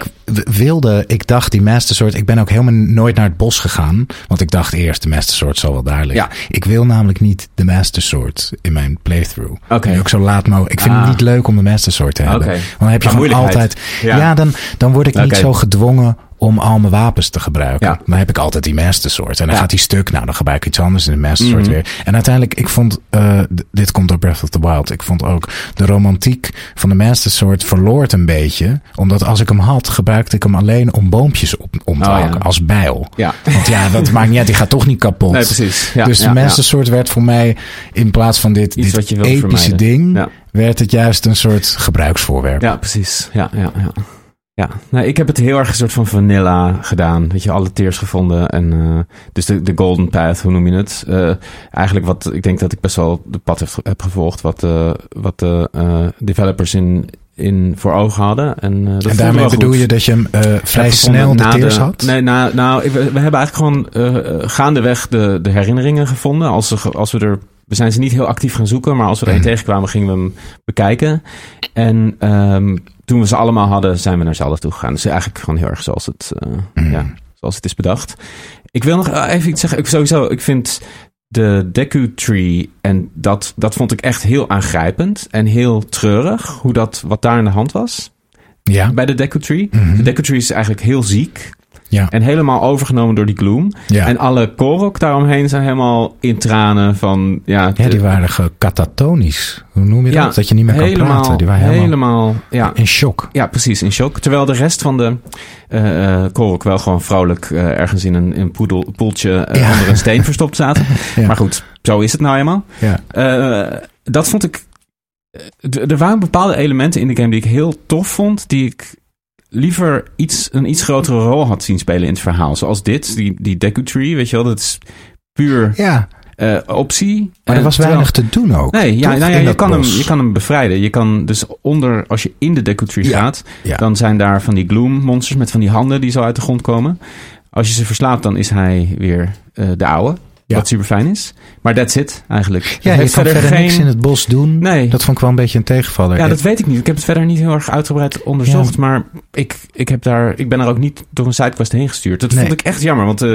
[SPEAKER 6] ik dacht die Master Sword... Ik ben ook helemaal nooit naar het bos gegaan. Want ik dacht eerst, de Master Sword zal wel daar liggen. Ja. Ik wil namelijk niet de Master Sword in mijn playthrough.
[SPEAKER 5] Okay.
[SPEAKER 6] Ook zo laat mogelijk. Ik vind het niet leuk om de Master Sword te hebben. Okay. Want dan heb je gewoon altijd... dan word ik niet zo gedwongen om al mijn wapens te gebruiken.
[SPEAKER 5] Ja.
[SPEAKER 6] Dan heb ik altijd die Master Sword. En dan gaat die stuk. Nou, dan gebruik ik iets anders in de Master Sword weer. En uiteindelijk, ik vond... dit komt door Breath of the Wild. Ik vond ook de romantiek van de Master Sword verloor het een beetje. Omdat als ik hem had, gebruikte ik hem alleen om boompjes om te hakken. Als bijl. Ja. Want ja, dat maakt niet uit. Die gaat toch niet kapot.
[SPEAKER 5] Nee, precies. Ja,
[SPEAKER 6] dus de Master Sword werd voor mij, in plaats van dit epische ding, werd het juist een soort gebruiksvoorwerp.
[SPEAKER 5] Ja, precies. Ja, nou, ik heb het heel erg een soort van vanilla gedaan. Weet je, alle tiers gevonden. En dus de golden path, hoe noem je het? Eigenlijk wat, ik denk dat ik best wel de pad heb gevolgd wat de developers in voor ogen hadden. En
[SPEAKER 6] daarmee bedoel je dat je hem vrij snel de tiers had?
[SPEAKER 5] Nee, we hebben eigenlijk gewoon gaandeweg de herinneringen gevonden. We zijn ze niet heel actief gaan zoeken, maar als we er een tegenkwamen, gingen we hem bekijken. En toen we ze allemaal hadden, zijn we naar zelf toe gegaan. Dus eigenlijk gewoon heel erg zoals het is bedacht. Ik wil nog even iets zeggen. Ik vind de Deku Tree, en dat vond ik echt heel aangrijpend en heel treurig, wat daar aan de hand was. Ja. Bij de Deku Tree. De Deku Tree is eigenlijk heel ziek. Ja. En helemaal overgenomen door die gloom. Ja. En alle Korok daaromheen zijn helemaal in tranen van... Ja,
[SPEAKER 6] die waren katatonisch. Hoe noem je dat? Dat je niet meer kan praten. Die waren helemaal in shock.
[SPEAKER 5] Ja, precies, in shock. Terwijl de rest van de Korok wel gewoon vrolijk ergens in een poeltje onder een steen verstopt zaten. Ja. Maar goed, zo is het nou eenmaal. Ja. Dat vond ik... Er waren bepaalde elementen in de game die ik heel tof vond, die ik liever een iets grotere rol had zien spelen in het verhaal. Zoals dit, die Deku Tree, weet je wel, dat is puur optie.
[SPEAKER 6] Maar er was weinig te doen ook.
[SPEAKER 5] Nee, je kan hem bevrijden. Je kan dus als je in de Deku Tree gaat, dan zijn daar van die gloom monsters met van die handen die zo uit de grond komen. Als je ze verslaapt, dan is hij weer de oude. Ja. Wat super fijn is. Maar that's it, eigenlijk.
[SPEAKER 6] Ja, je kan verder niks in het bos doen. Nee. Dat vond ik wel een beetje een tegenvaller.
[SPEAKER 5] Ja, dat weet ik niet. Ik heb het verder niet heel erg uitgebreid onderzocht. Ja. Maar ik ben er ook niet door een sidequest heen gestuurd. Dat vond ik echt jammer. Want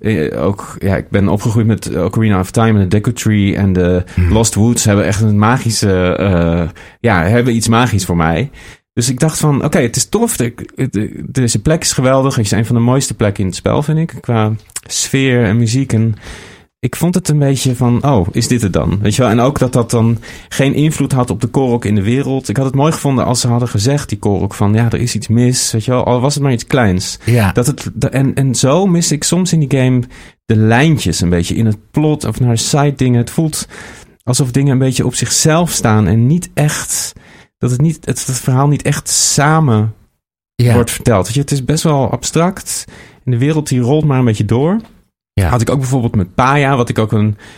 [SPEAKER 5] ik ben opgegroeid met Ocarina of Time en de Deku Tree en de Lost Woods hebben echt een magische... hebben iets magisch voor mij. Dus ik dacht van, oké, het is tof. Deze plek is geweldig. Het is een van de mooiste plekken in het spel, vind ik. Qua sfeer en muziek. En ik vond het een beetje van, is dit het dan? Weet je wel? En ook dat dan geen invloed had op de Korok in de wereld. Ik had het mooi gevonden als ze hadden gezegd, die Korok, van er is iets mis. Weet je wel? Al was het maar iets kleins. Ja. En zo mis ik soms in die game de lijntjes een beetje in het plot of naar side dingen. Het voelt alsof dingen een beetje op zichzelf staan en niet echt... Dat het verhaal niet echt samen wordt verteld. Weet je, het is best wel abstract. En de wereld die rolt maar een beetje door. Ja. Had ik ook bijvoorbeeld met Paya, wat ik ook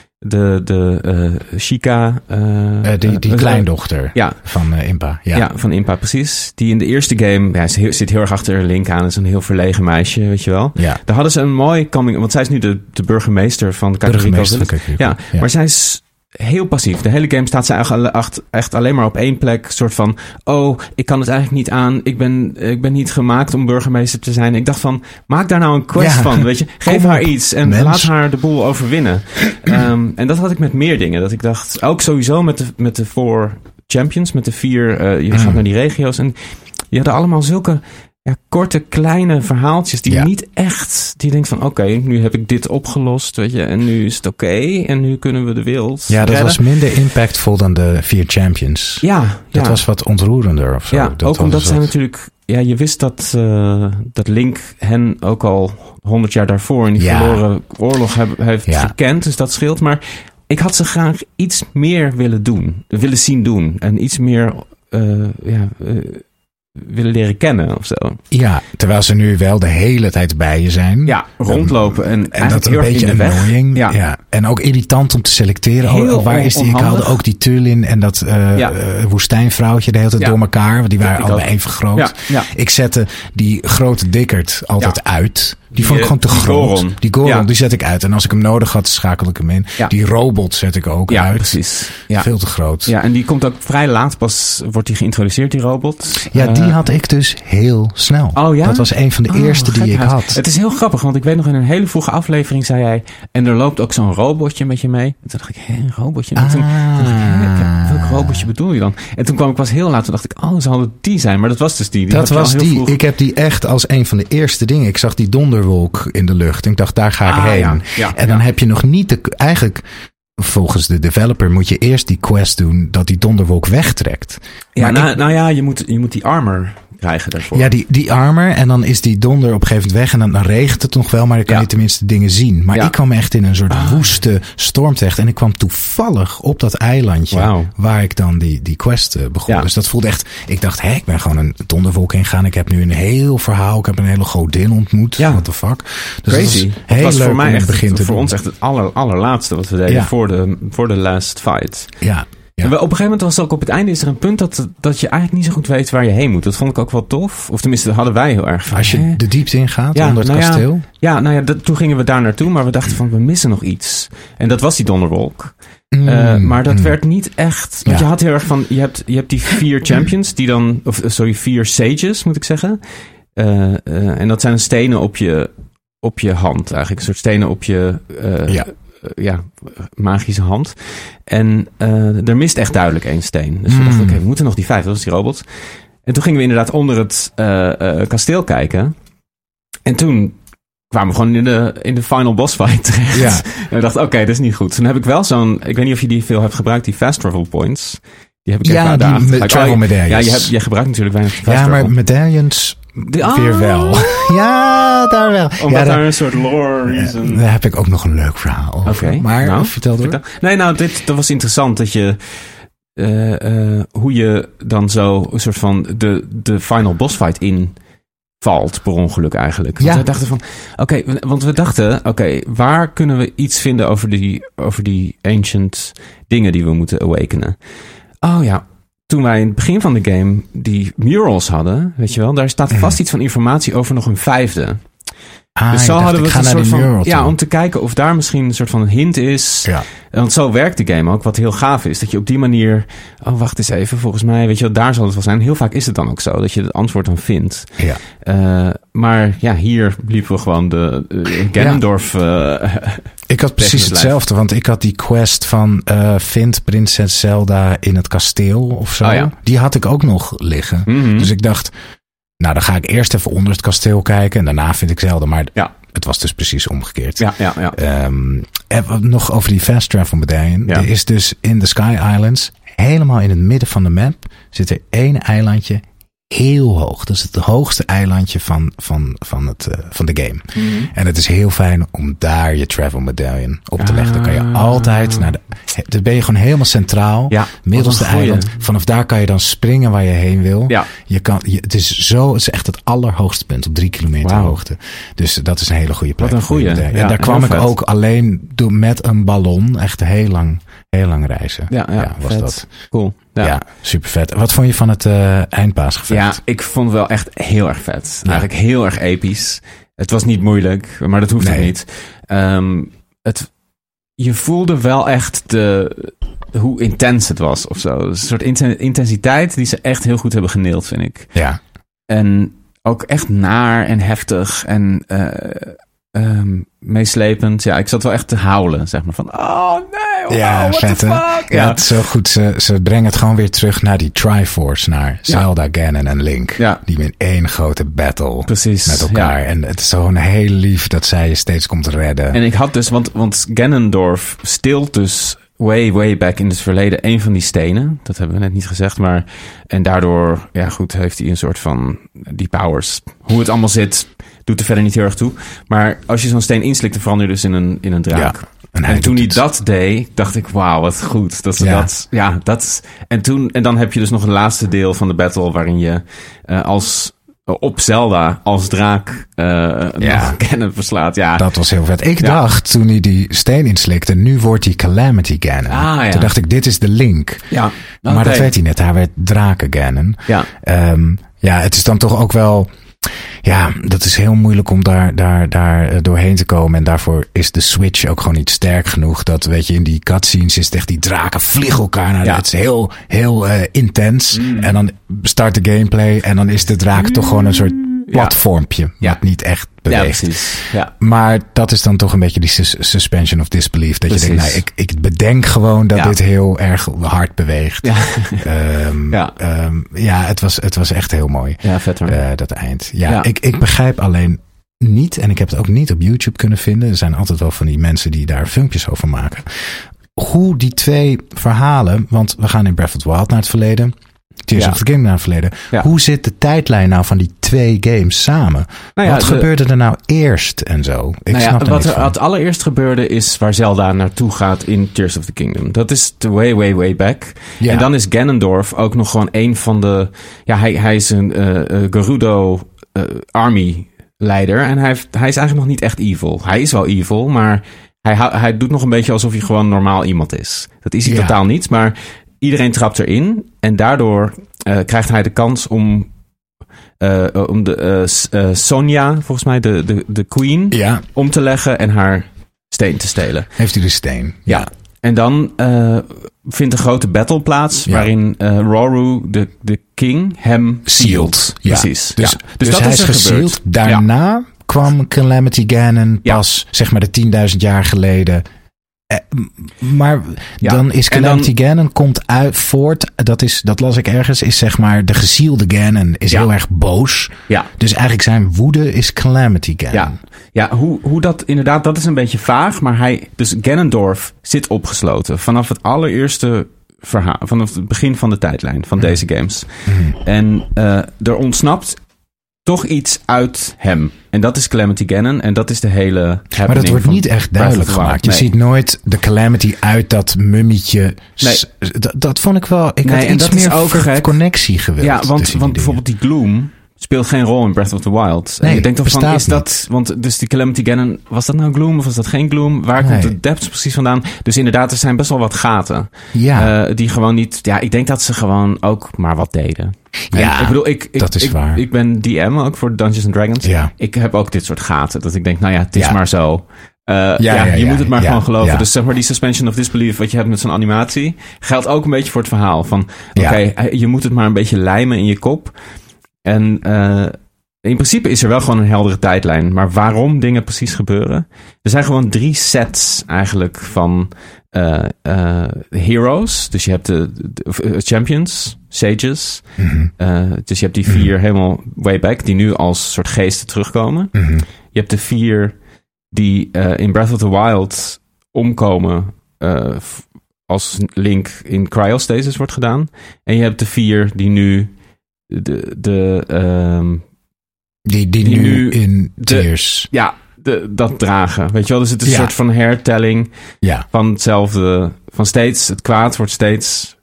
[SPEAKER 5] de Chica...
[SPEAKER 6] die kleindochter van Impa.
[SPEAKER 5] Ja, van Impa, precies. Die in de eerste game... zit heel erg achter Link aan. Is een heel verlegen meisje, weet je wel. Ja. Daar hadden ze een mooi coming... Want zij is nu de burgemeester van Kakariko. Ja, maar zij is... heel passief. De hele game staat ze echt alleen maar op één plek. Soort van, ik kan het eigenlijk niet aan. Ik ben niet gemaakt om burgemeester te zijn. Ik dacht van, maak daar nou een quest van. Weet je, geef haar iets en laat haar de boel overwinnen. En dat had ik met meer dingen. Dat ik dacht, ook sowieso met de 4 champions, met de 4, je gaat naar die regio's. En die hadden allemaal zulke... korte, kleine verhaaltjes die niet echt... Die denkt van, oké, nu heb ik dit opgelost, weet je. En nu is het oké. En nu kunnen we de wereld redden.
[SPEAKER 6] Was minder impactvol dan de 4 champions. Dat was wat ontroerender of zo.
[SPEAKER 5] Ja, ook omdat zij natuurlijk... Ja, je wist dat Link hen ook al 100 jaar daarvoor... in die verloren oorlog heeft gekend. Dus dat scheelt. Maar ik had ze graag iets meer willen zien doen. En iets meer... willen leren kennen of zo. Ja,
[SPEAKER 6] terwijl ze nu wel de hele tijd bij je zijn.
[SPEAKER 5] Ja, rondlopen en
[SPEAKER 6] dat een beetje annoying. Ja. En ook irritant om te selecteren. Waar is die? Ik haalde ook die Tulin en dat woestijnvrouwtje de hele tijd door elkaar. Want die waren allebei even groot. Ja. Ik zette die grote dikkerd altijd uit. Die vond ik gewoon te groot. Die Goron, die zet ik uit. En als ik hem nodig had, schakelde ik hem in. Ja. Die robot zet ik ook uit.
[SPEAKER 5] Precies.
[SPEAKER 6] Veel te groot.
[SPEAKER 5] Ja, en die komt ook vrij laat pas, wordt die geïntroduceerd, die robot.
[SPEAKER 6] Ja, die had ik dus heel snel.
[SPEAKER 5] Oh ja?
[SPEAKER 6] Dat was een van de eerste die ik had.
[SPEAKER 5] Het is heel grappig, want ik weet nog in een hele vroege aflevering zei jij... En er loopt ook zo'n robotje met je mee. En toen dacht ik, een robotje? Welk robotje bedoel je dan? En toen kwam ik pas heel laat, toen dacht ik, zal het die zijn? Maar dat was dus die.
[SPEAKER 6] Dat was die. Vroeg... Ik heb die echt als een van de eerste dingen. Ik zag die donderwolk in de lucht. En ik dacht, daar ga ik heen.
[SPEAKER 5] Ja.
[SPEAKER 6] En dan heb je nog niet eigenlijk... Volgens de developer moet je eerst die quest doen dat die donderwolk wegtrekt.
[SPEAKER 5] Ja, je moet die armor krijgen daarvoor.
[SPEAKER 6] Ja, die armor. En dan is die donder op een gegeven moment weg. En dan regent het nog wel, maar dan kan je tenminste dingen zien. Maar ik kwam echt in een soort woeste storm terecht. En ik kwam toevallig op dat eilandje waar ik dan die quest begon. Ja. Dus dat voelde echt... Ik dacht, ik ben gewoon een donderwolk ingegaan. Ik heb nu een heel verhaal. Ik heb een hele godin ontmoet. Ja. What the fuck. Dus
[SPEAKER 5] crazy.
[SPEAKER 6] Dat was heel leuk
[SPEAKER 5] voor mij echt
[SPEAKER 6] begin te
[SPEAKER 5] voor
[SPEAKER 6] doen.
[SPEAKER 5] ons echt het allerlaatste wat we deden voor de last fight.
[SPEAKER 6] Ja. Ja.
[SPEAKER 5] Op een gegeven moment was het ook op het einde is er een punt dat je eigenlijk niet zo goed weet waar je heen moet. Dat vond ik ook wel tof. Of tenminste, dat hadden wij heel erg van.
[SPEAKER 6] Als je de diepte ingaat onder het kasteel.
[SPEAKER 5] Toen gingen we daar naartoe, maar we dachten van we missen nog iets. En dat was die donderwolk. Maar dat werd niet echt... Want je had heel erg van... Je hebt die 4 champions die dan... 4 sages moet ik zeggen. En dat zijn stenen op je hand eigenlijk. Een soort stenen op je... magische hand. En er mist echt duidelijk 1 steen. Dus we dachten, we moeten nog die 5. Dat was die robot. En toen gingen we inderdaad onder het kasteel kijken. En toen kwamen we gewoon in de final boss fight terecht. Ja. En we dachten, oké, dat is niet goed. Toen heb ik wel ik weet niet of je die veel hebt gebruikt, die fast travel points. Die heb ik even
[SPEAKER 6] die travel medailles.
[SPEAKER 5] Ja, jij gebruikt natuurlijk weinig fast
[SPEAKER 6] travel.
[SPEAKER 5] Ja,
[SPEAKER 6] maar medailles... Weer wel. Ja, daar wel.
[SPEAKER 5] Omdat daar een soort lore reason...
[SPEAKER 6] Daar heb ik ook nog een leuk verhaal over.
[SPEAKER 5] Okay,
[SPEAKER 6] maar vertel door.
[SPEAKER 5] Dat was interessant dat je... hoe je dan zo een soort van de final boss fight invalt per ongeluk eigenlijk. Want we dachten van... want we dachten... waar kunnen we iets vinden over die ancient dingen die we moeten awakenen? Oh ja... Toen wij in het begin van de game die murals hadden, weet je wel, daar staat vast iets van informatie over nog een 5e. Dus zo hadden we het een soort van, om te kijken of daar misschien een soort van hint is. Ja. Want zo werkt de game ook, wat heel gaaf is. Dat je op die manier, wacht eens even, volgens mij, weet je wel, daar zal het wel zijn. Heel vaak is het dan ook zo, dat je het antwoord dan vindt. Ja. Maar hier liepen we gewoon de Ganondorf...
[SPEAKER 6] Ik had precies hetzelfde, want ik had die quest van vind prinses Zelda in het kasteel of zo. Oh ja. Die had ik ook nog liggen. Mm-hmm. Dus ik dacht, nou dan ga ik eerst even onder het kasteel kijken en daarna vind ik Zelda. Maar het was dus precies omgekeerd. Ja. Nog over die fast travel medaille. Ja. Er is dus in de Sky Islands, helemaal in het midden van de map, zit er 1 eilandje heel hoog. Dat is het hoogste eilandje van de game. Mm-hmm. En het is heel fijn om daar je travel medaille op te leggen. Dan kan je altijd dan ben je gewoon helemaal centraal. Ja, middelste eiland. Vanaf daar kan je dan springen waar je heen wil. Ja. Het is echt het allerhoogste punt op 3 kilometer hoogte. Dus dat is een hele goede plek.
[SPEAKER 5] Wat een goede.
[SPEAKER 6] En daar kwam ik ook alleen met een ballon. Echt heel lang reizen. Ja, was dat.
[SPEAKER 5] Cool.
[SPEAKER 6] Ja, super vet. Wat vond je van het eindbaasgevecht?
[SPEAKER 5] Ja, ik vond het wel echt heel erg vet. Ja. Eigenlijk heel erg episch. Het was niet moeilijk, maar dat hoeft ook niet. Je voelde wel echt hoe intens het was of zo. Een soort intensiteit die ze echt heel goed hebben geneeld, vind ik. Ja. En ook echt naar en heftig en meeslepend. Ja, ik zat wel echt te huilen, zeg maar. Van, oh nee, what vet, the fuck?
[SPEAKER 6] Ja, het is zo goed. Ze brengen het gewoon weer terug naar die Triforce. Naar Zelda, Ganon en Link. Ja. Die in 1 grote battle met elkaar. Ja. En het is gewoon heel lief dat zij je steeds komt redden.
[SPEAKER 5] En ik had dus, want Ganondorf steelt dus way back in het verleden 1 van die stenen. Dat hebben we net niet gezegd, maar... En daardoor, heeft hij een soort van die powers. Hoe het allemaal zit, doet er verder niet heel erg toe. Maar als je zo'n steen inslikt, dan verander je dus in een draak. Ja, en toen hij dat deed, dacht ik, wauw, wat goed. En dan heb je dus nog het laatste deel van de battle, waarin je op Zelda als draak nog Ganon verslaat. Ja.
[SPEAKER 6] Dat was heel vet. Ik dacht toen hij die steen inslikte, nu wordt hij Calamity Ganon. Toen dacht ik, dit is de Link. Ja. Okay. Maar dat weet hij net. Hij werd Draken Ganon. Ja. Het is dan toch ook wel... Ja, dat is heel moeilijk om daar doorheen te komen. En daarvoor is de Switch ook gewoon niet sterk genoeg. Dat, weet je, in die cutscenes is het echt die draken vliegen elkaar naar. Het is heel intens. En dan start de gameplay en dan is de draak toch gewoon een soort platformpje. Wat niet echt beweegt.
[SPEAKER 5] Ja, precies. Ja.
[SPEAKER 6] Maar dat is dan toch een beetje die suspension of disbelief. Dat
[SPEAKER 5] precies.
[SPEAKER 6] je denkt, ik bedenk gewoon dat dit heel erg hard beweegt.
[SPEAKER 5] Ja.
[SPEAKER 6] Het was echt heel mooi.
[SPEAKER 5] Ja, vet hoor.
[SPEAKER 6] Dat eind. Ja. Ik begrijp alleen niet, en ik heb het ook niet op YouTube kunnen vinden. Er zijn altijd wel van die mensen die daar filmpjes over maken. Hoe die twee verhalen, want we gaan in Breath of the Wild naar het verleden. Tears of the Kingdom naar het verleden. Ja. Hoe zit de tijdlijn nou van die twee games samen? Wat gebeurde er nou eerst en zo? Ik snap
[SPEAKER 5] wat er het allereerst gebeurde is waar Zelda naartoe gaat in Tears of the Kingdom. Dat is de way back. Ja. En dan is Ganondorf ook nog gewoon een van de... Ja, hij is een Gerudo army leider. En hij is eigenlijk nog niet echt evil. Hij is wel evil, maar hij doet nog een beetje alsof hij gewoon normaal iemand is. Dat is hij totaal niet, maar iedereen trapt erin. En daardoor krijgt hij de kans om Sonja, volgens mij de queen, om te leggen en haar steen te stelen.
[SPEAKER 6] Heeft hij de steen?
[SPEAKER 5] Ja. En dan vindt een grote battle plaats waarin Roru, de king, hem sealed.
[SPEAKER 6] Ja.
[SPEAKER 5] Precies.
[SPEAKER 6] Dus
[SPEAKER 5] dat
[SPEAKER 6] hij is gesealed. Daarna kwam Calamity Ganon pas, zeg maar de 10.000 jaar geleden. Maar dan is Calamity Ganon komt uit voort. Dat las ik ergens. Is zeg maar de gezielde Ganon is heel erg boos. Ja. Dus eigenlijk zijn woede is Calamity Ganon.
[SPEAKER 5] Ja, hoe dat inderdaad, dat is een beetje vaag. Maar dus Ganondorf zit opgesloten vanaf het allereerste verhaal, vanaf het begin van de tijdlijn van deze games. En er ontsnapt toch iets uit hem. En dat is Calamity Ganon. En dat is de hele...
[SPEAKER 6] Maar dat wordt niet echt duidelijk gemaakt. Je ziet nooit de Calamity uit dat mummietje. Nee. Dat vond ik wel... Ik had iets meer connectie gewild.
[SPEAKER 5] Ja, want bijvoorbeeld die Gloom speelt geen rol in Breath of the Wild.
[SPEAKER 6] Nee,
[SPEAKER 5] en je denkt dan van, is dat...
[SPEAKER 6] niet.
[SPEAKER 5] Want dus die Calamity Ganon, was dat nou Gloom of was dat geen Gloom? Waar komt de depths precies vandaan? Dus inderdaad, er zijn best wel wat gaten. Ja. Die gewoon niet... Ja, ik denk dat ze gewoon ook maar wat deden.
[SPEAKER 6] Ja,
[SPEAKER 5] ik bedoel,
[SPEAKER 6] dat is waar.
[SPEAKER 5] Ik ben DM ook voor Dungeons & Dragons. Ja. Ik heb ook dit soort gaten. Dat ik denk, nou ja, het is maar zo. Je moet het maar gewoon geloven. Ja. Dus zeg maar die suspension of disbelief wat je hebt met zo'n animatie, geldt ook een beetje voor het verhaal. Van oké, je moet het maar een beetje lijmen in je kop. En in principe is er wel gewoon een heldere tijdlijn. Maar waarom dingen precies gebeuren? Er zijn gewoon 3 sets eigenlijk van heroes. Dus je hebt de champions, sages. Dus je hebt die 4 helemaal way back, die nu als soort geesten terugkomen. Je hebt de 4 die in Breath of the Wild omkomen als Link in cryostasis wordt gedaan. En je hebt de 4 die nu
[SPEAKER 6] die nu in Tears.
[SPEAKER 5] Dat dragen. Weet je wel? Dus het is een soort van hertelling van hetzelfde. Van steeds, het kwaad wordt steeds...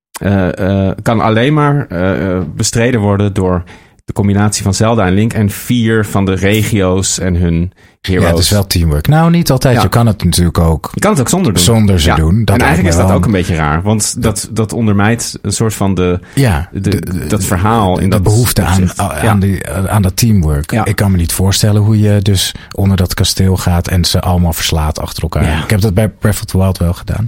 [SPEAKER 5] kan alleen maar bestreden worden door de combinatie van Zelda en Link en 4 van de regio's en hun heroes.
[SPEAKER 6] Ja, het is wel teamwork. Nou, niet altijd. Ja. Je kan het natuurlijk ook...
[SPEAKER 5] Je kan het ook zonder doen.
[SPEAKER 6] Zonder ze doen.
[SPEAKER 5] Dat en eigenlijk is dat ook een beetje raar. Want dat ondermijnt een soort van dat verhaal. In
[SPEAKER 6] de behoefte aan dat teamwork. Ja. Ik kan me niet voorstellen hoe je dus onder dat kasteel gaat en ze allemaal verslaat achter elkaar. Ja. Ik heb dat bij Breath of the Wild wel gedaan.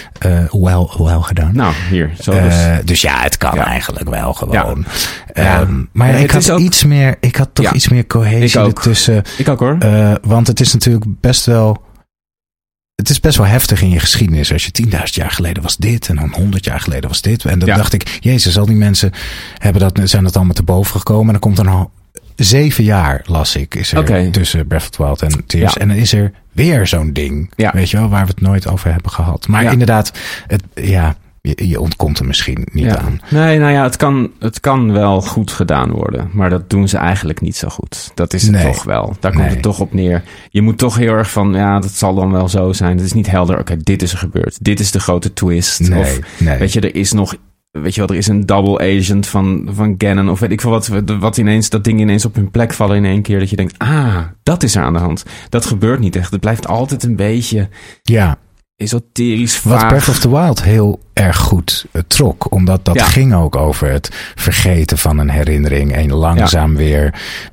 [SPEAKER 6] Wel gedaan.
[SPEAKER 5] Nou, hier. Zo
[SPEAKER 6] dus ja, het kan eigenlijk wel gewoon. Maar ik had ook iets meer cohesie ertussen.
[SPEAKER 5] Ik ook hoor.
[SPEAKER 6] Want het is natuurlijk best wel... Het is best wel heftig in je geschiedenis. Als je 10.000 jaar geleden was dit en dan 100 jaar geleden was dit. En dan dacht ik, jezus, al die mensen zijn dat allemaal te boven gekomen. En dan komt er nog 7 jaar, las ik, is er tussen Breath of the Wild en Tears. Ja. En dan is er weer zo'n ding, weet je wel, waar we het nooit over hebben gehad. Maar inderdaad, je ontkomt er misschien niet aan.
[SPEAKER 5] Nee, nou ja, het kan wel goed gedaan worden. Maar dat doen ze eigenlijk niet zo goed. Dat is het toch wel. Daar komt het toch op neer. Je moet toch heel erg van, dat zal dan wel zo zijn. Het is niet helder. Oké, dit is er gebeurd. Dit is de grote twist. Weet je, er is nog... Weet je wel, er is een double agent van Ganon. Of weet ik veel wat ineens, dat ding ineens op hun plek vallen in één keer. Dat je denkt, dat is er aan de hand. Dat gebeurt niet echt. Het blijft altijd een beetje... esoterisch vaag.
[SPEAKER 6] Wat Breath of the Wild heel erg goed trok. Omdat dat ging ook over het vergeten van een herinnering. En langzaam weer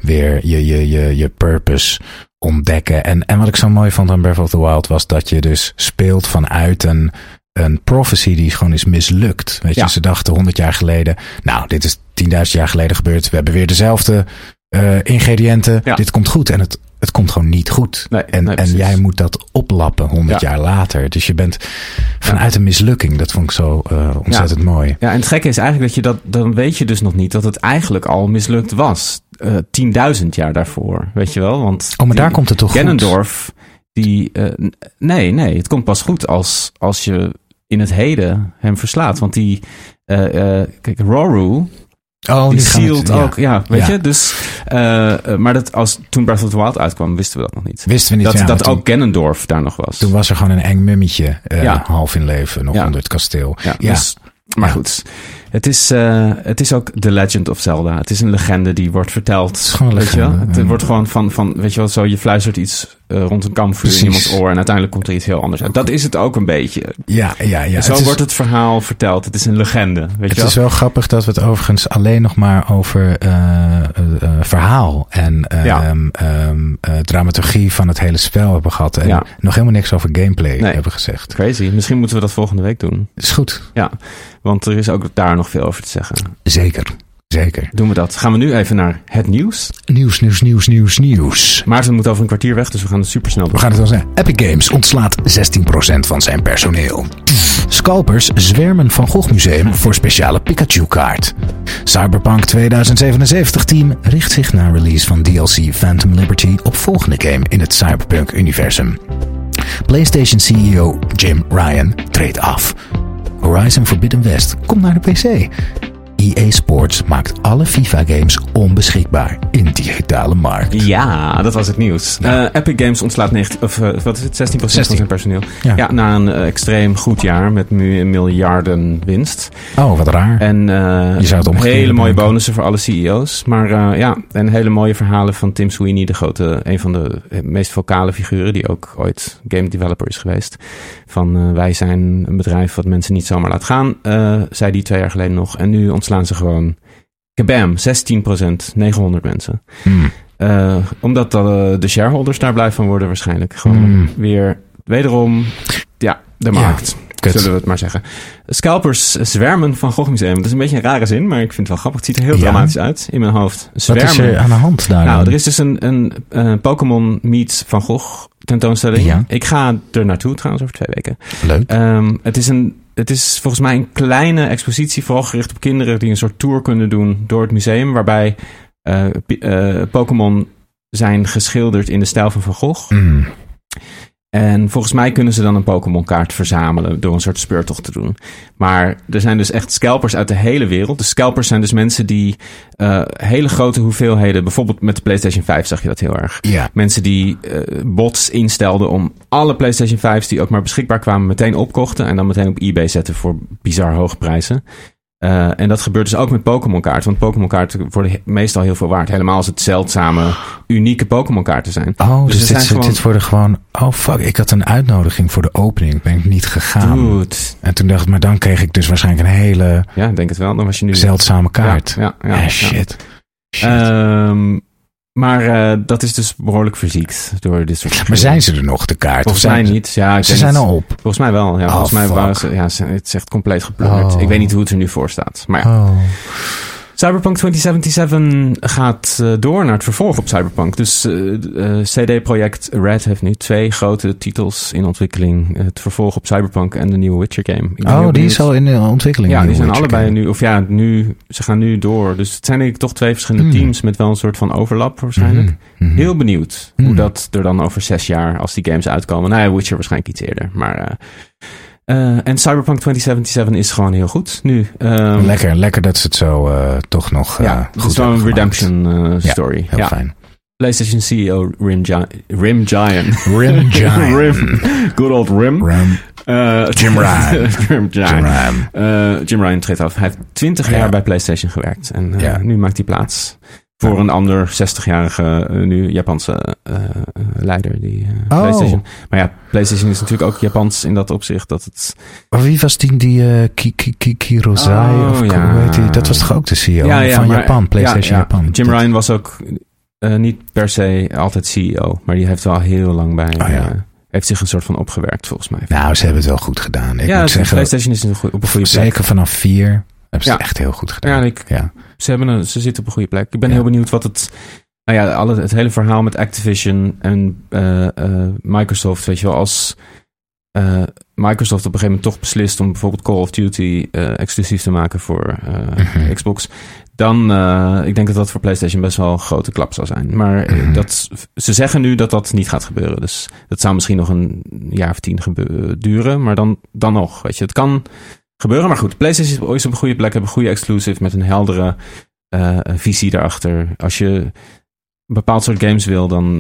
[SPEAKER 6] je purpose ontdekken. En wat ik zo mooi vond aan Breath of the Wild was dat je dus speelt vanuit een prophecy die gewoon is mislukt. Weet je, ze dachten 100 jaar geleden, nou, dit is 10.000 jaar geleden gebeurd. We hebben weer dezelfde ingrediënten. Ja. Dit komt goed. En het komt gewoon niet goed.
[SPEAKER 5] Nee,
[SPEAKER 6] en jij moet dat oplappen 100 jaar later. Dus je bent vanuit een mislukking. Dat vond ik zo ontzettend mooi.
[SPEAKER 5] Ja, en het gekke is eigenlijk dat dan weet je dus nog niet dat het eigenlijk al mislukt was. 10.000 jaar daarvoor, weet je wel? Want
[SPEAKER 6] maar daar komt het toch
[SPEAKER 5] Ganondorf, nee, het komt pas goed als je in het heden hem verslaat. Want kijk, Roru... die sealed ook, weet je? Dus, maar toen Breath of the Wild uitkwam, wisten we dat nog niet.
[SPEAKER 6] Wisten we niet,
[SPEAKER 5] dat ook Ganondorf daar nog was.
[SPEAKER 6] Toen was er gewoon een eng mummetje, half in leven, nog onder het kasteel.
[SPEAKER 5] Ja. Dus, maar goed, het is ook The Legend of Zelda. Het is een legende die wordt verteld. Het is gewoon een legende. Het wordt gewoon van, weet je wel, zo je fluistert iets rond een kampvuur in iemands oor en uiteindelijk komt er iets heel anders uit. Dat is het ook een beetje.
[SPEAKER 6] Ja.
[SPEAKER 5] Zo wordt het verhaal verteld. Het is een legende, weet je wel.
[SPEAKER 6] Het is wel grappig dat we het overigens alleen nog maar over verhaal en dramaturgie van het hele spel hebben gehad. En nog helemaal niks over gameplay hebben gezegd.
[SPEAKER 5] Crazy. Misschien moeten we dat volgende week doen.
[SPEAKER 6] Is goed.
[SPEAKER 5] Ja, want er is ook daar nog veel over te zeggen.
[SPEAKER 6] Zeker.
[SPEAKER 5] Doen we dat. Gaan we nu even naar het nieuws.
[SPEAKER 6] Nieuws.
[SPEAKER 5] Maarten moet over een kwartier weg, dus we gaan het super snel doen.
[SPEAKER 6] We gaan het wel zeggen. Epic Games ontslaat 16% van zijn personeel. Scalpers zwermen Van Gogh Museum voor speciale Pikachu-kaart. Cyberpunk 2077 team richt zich na release van DLC Phantom Liberty op volgende game in het Cyberpunk-universum. PlayStation CEO Jim Ryan treedt af. Horizon Forbidden West komt naar de PC. EA Sports maakt alle FIFA-games onbeschikbaar in digitale markt.
[SPEAKER 5] Ja, dat was het nieuws. Epic Games ontslaat 16% van zijn personeel. Ja, na een extreem goed jaar met miljarden winst.
[SPEAKER 6] Oh, wat raar.
[SPEAKER 5] En je zou het hele mooie bonussen voor alle CEO's. Maar en hele mooie verhalen van Tim Sweeney, een van de meest vocale figuren die ook ooit game developer is geweest. Van wij zijn een bedrijf wat mensen niet zomaar laat gaan, zei die 2 jaar geleden nog. En nu ontslaan ze gewoon kabam, 16%, 900 mensen. Omdat de shareholders daar blij van worden waarschijnlijk. Gewoon weer wederom de markt. Zullen we het maar zeggen. Scalpers zwermen Van Gogh Museum. Dat is een beetje een rare zin, maar ik vind het wel grappig. Het ziet er heel dramatisch uit in mijn hoofd. Zwermen.
[SPEAKER 6] Wat is er aan de hand daar?
[SPEAKER 5] Nou, er is dus een Pokémon meets Van Gogh tentoonstelling. Ja. Ik ga er naartoe trouwens over 2 weken.
[SPEAKER 6] Leuk.
[SPEAKER 5] Het is volgens mij een kleine expositie, vooral gericht op kinderen die een soort tour kunnen doen door het museum, waarbij Pokémon zijn geschilderd in de stijl van Van Gogh. En volgens mij kunnen ze dan een Pokémon-kaart verzamelen door een soort speurtocht te doen. Maar er zijn dus echt scalpers uit de hele wereld. De scalpers zijn dus mensen die hele grote hoeveelheden, bijvoorbeeld met de PlayStation 5 zag je dat heel erg. Ja. Mensen die bots instelden om alle PlayStation 5's die ook maar beschikbaar kwamen meteen opkochten en dan meteen op eBay zetten voor bizar hoge prijzen. En dat gebeurt dus ook met Pokémon-kaarten. Want Pokémon-kaarten worden meestal heel veel waard. Helemaal als het zeldzame, unieke Pokémon-kaarten zijn.
[SPEAKER 6] Oh, dus dit worden gewoon... Oh, fuck. Ik had een uitnodiging voor de opening. Ben ik niet gegaan.
[SPEAKER 5] Dude.
[SPEAKER 6] En toen dacht ik, maar dan kreeg ik dus waarschijnlijk een hele...
[SPEAKER 5] Ja, denk het wel. Dan was je nu...
[SPEAKER 6] zeldzame kaart.
[SPEAKER 5] Ja.
[SPEAKER 6] Shit.
[SPEAKER 5] Maar dat is dus behoorlijk verziekt door dit soort...
[SPEAKER 6] Maar zijn ze er nog, de kaart?
[SPEAKER 5] Volgens mij niet. Ja,
[SPEAKER 6] ze zijn al op.
[SPEAKER 5] Volgens mij wel. Ja, volgens mij waren ze... Ja, het is echt compleet geplunderd. Ik weet niet hoe het er nu voor staat. Maar ja. Cyberpunk 2077 gaat door naar het vervolg op Cyberpunk. Dus CD Projekt Red heeft nu 2 grote titels in ontwikkeling. Het vervolg op Cyberpunk en de nieuwe Witcher game.
[SPEAKER 6] Die is al in de ontwikkeling.
[SPEAKER 5] Ja, die zijn allebei nu. Ze gaan nu door. Dus het zijn denk ik toch 2 verschillende teams met wel een soort van overlap waarschijnlijk. Heel benieuwd hoe dat er dan over 6 jaar, als die games uitkomen. Nou ja, Witcher waarschijnlijk iets eerder. Maar... en Cyberpunk 2077 is gewoon heel goed nu.
[SPEAKER 6] Lekker dat ze het zo toch nog goed hebben. Het is wel
[SPEAKER 5] een redemption story.
[SPEAKER 6] Heel fijn.
[SPEAKER 5] PlayStation CEO Rim Giant. Good old Rim.
[SPEAKER 6] Jim Ryan.
[SPEAKER 5] Jim Ryan treedt af. Hij heeft 20 jaar bij PlayStation gewerkt. En nu maakt hij plaats voor een ander 60-jarige nu Japanse leider. Die PlayStation. Maar ja, PlayStation is natuurlijk ook Japans in dat opzicht. Dat het...
[SPEAKER 6] Wie was die Kirozai? Hoe heet die? Dat was toch ook de CEO van Japan, PlayStation Japan.
[SPEAKER 5] Jim Ryan was ook niet per se altijd CEO. Maar die heeft wel heel lang bij... heeft zich een soort van opgewerkt volgens mij.
[SPEAKER 6] Nou, ze hebben het wel goed gedaan. Ik moet zeggen,
[SPEAKER 5] PlayStation is op een goede plek.
[SPEAKER 6] Zeker vanaf 4 hebben ze het echt heel goed gedaan.
[SPEAKER 5] Ze zitten op een goede plek. Ik ben heel benieuwd wat het Nou ja, het hele verhaal met Activision en Microsoft, weet je wel, als Microsoft op een gegeven moment toch beslist om bijvoorbeeld Call of Duty exclusief te maken voor Xbox, dan ik denk dat voor PlayStation best wel een grote klap zou zijn. Maar ze zeggen nu dat dat niet gaat gebeuren. Dus dat zou misschien nog een jaar of 10 duren, maar dan nog, weet je. Het kan gebeuren, maar goed. PlayStation is op een goede plek, hebben een goede exclusive met een heldere visie daarachter. Als je een bepaald soort games wil, dan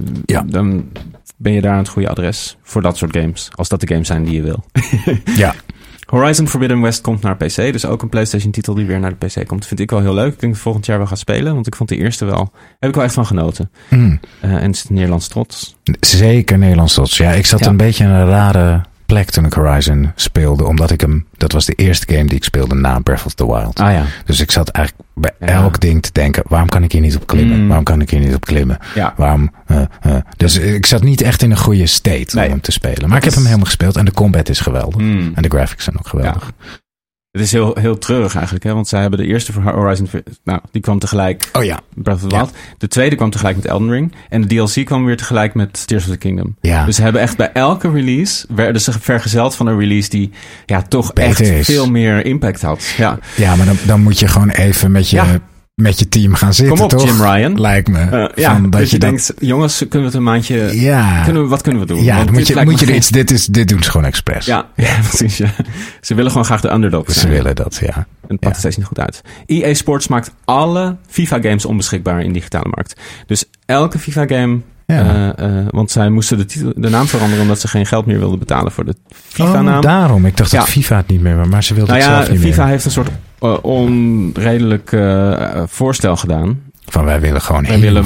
[SPEAKER 5] ben je daar aan het goede adres voor dat soort games. Als dat de games zijn die je wil.
[SPEAKER 6] Ja.
[SPEAKER 5] Horizon Forbidden West komt naar PC. Dus ook een PlayStation titel die weer naar de PC komt. Vind ik wel heel leuk. Ik denk dat volgend jaar wel ga spelen. Want ik vond de eerste heb ik wel echt van genoten. En het is Nederlands trots.
[SPEAKER 6] Zeker Nederlands trots. Ja, ik zat een beetje in een rare plek toen ik Horizon speelde. Omdat dat was de eerste game die ik speelde na Breath of the Wild.
[SPEAKER 5] Ah ja.
[SPEAKER 6] Dus ik zat eigenlijk bij elk ding te denken, waarom kan ik hier niet op klimmen? Waarom kan ik hier niet op klimmen?
[SPEAKER 5] Ja.
[SPEAKER 6] Waarom? Dus ik zat niet echt in een goede state om hem te spelen. Maar ik heb hem helemaal gespeeld en de combat is geweldig. En de graphics zijn ook geweldig.
[SPEAKER 5] Ja. Het is heel, heel treurig eigenlijk, hè? Want zij hebben de eerste Horizon, die kwam tegelijk Breath of the Wild. De tweede kwam tegelijk met Elden Ring. En de DLC kwam weer tegelijk met Tears of the Kingdom. Ja. Dus ze hebben echt bij elke release, werden ze vergezeld van een release die toch beter echt veel meer impact had. Ja,
[SPEAKER 6] maar dan moet je gewoon even met je team gaan zitten,
[SPEAKER 5] kom op,
[SPEAKER 6] toch?
[SPEAKER 5] Jim Ryan.
[SPEAKER 6] Lijkt me.
[SPEAKER 5] Dat je denkt, jongens, kunnen we het een maandje... Wat kunnen we doen?
[SPEAKER 6] Ja, dan moet je dit doen ze gewoon expres.
[SPEAKER 5] Ja, precies. Ja. Ze willen gewoon graag de underdog zijn.
[SPEAKER 6] Ze willen dat, ja.
[SPEAKER 5] En het pakt steeds niet goed uit. EA Sports maakt alle FIFA-games onbeschikbaar in digitale markt. Dus elke FIFA-game... want zij moesten de naam veranderen omdat ze geen geld meer wilden betalen voor de FIFA-naam.
[SPEAKER 6] Daarom. Ik dacht dat FIFA het niet meer was, maar ze wilden het zelf niet meer.
[SPEAKER 5] FIFA heeft een soort onredelijk voorstel gedaan.
[SPEAKER 6] Van wij willen gewoon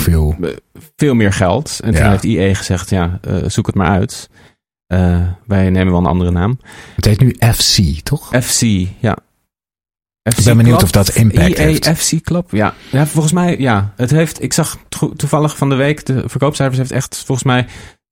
[SPEAKER 5] veel meer geld. En toen heeft EA gezegd, zoek het maar uit. Wij nemen wel een andere naam.
[SPEAKER 6] Het heet nu FC, toch?
[SPEAKER 5] FC, ja. FC
[SPEAKER 6] ik ben benieuwd of dat impact heeft.
[SPEAKER 5] EA FC Club, ja. Volgens mij, het heeft... Ik zag toevallig van de week, de verkoopcijfers heeft echt volgens mij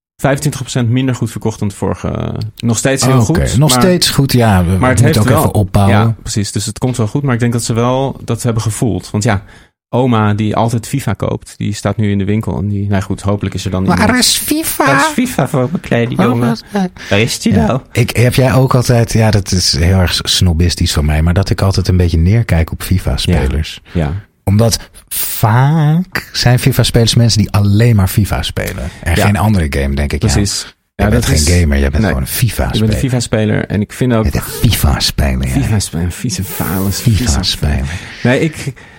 [SPEAKER 5] 25% minder goed verkocht dan het vorige. Nog steeds heel goed.
[SPEAKER 6] Nog steeds goed, ja. Maar het heeft ook even opbouwen.
[SPEAKER 5] Ja, precies. Dus het komt wel goed. Maar ik denk dat ze wel dat hebben gevoeld. Want oma die altijd FIFA koopt, die staat nu in de winkel. En die, hopelijk is er dan
[SPEAKER 6] iemand. Waar is FIFA?
[SPEAKER 5] Waar is FIFA voor mijn kleine jongen? Waar is die nou?
[SPEAKER 6] Heb jij ook altijd, dat is heel erg snobistisch van mij, maar dat ik altijd een beetje neerkijk op FIFA-spelers.
[SPEAKER 5] Ja.
[SPEAKER 6] Omdat vaak zijn FIFA-spelers mensen die alleen maar FIFA spelen. En geen andere game, denk ik.
[SPEAKER 5] Precies.
[SPEAKER 6] Je bent geen gamer, je bent gewoon een FIFA-speler.
[SPEAKER 5] Je bent een FIFA-speler en ik vind ook...
[SPEAKER 6] Je bent een FIFA-speler, ja.
[SPEAKER 5] FIFA-speler, vieze fales.
[SPEAKER 6] FIFA-speler.
[SPEAKER 5] Nee,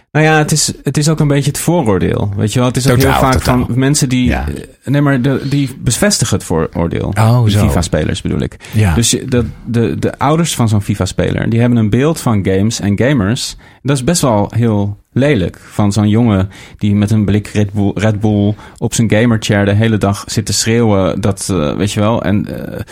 [SPEAKER 5] het is ook een beetje het vooroordeel. Weet je wel, het is ook heel vaak van mensen die... Ja. Nee, maar die bevestigen het vooroordeel. FIFA-spelers bedoel ik. Ja. Dus de ouders van zo'n FIFA-speler, die hebben een beeld van games en gamers. Dat is best wel heel lelijk. Van zo'n jongen die met een blik Red Bull op zijn gamerchair de hele dag zit te schreeuwen dat, weet je wel, en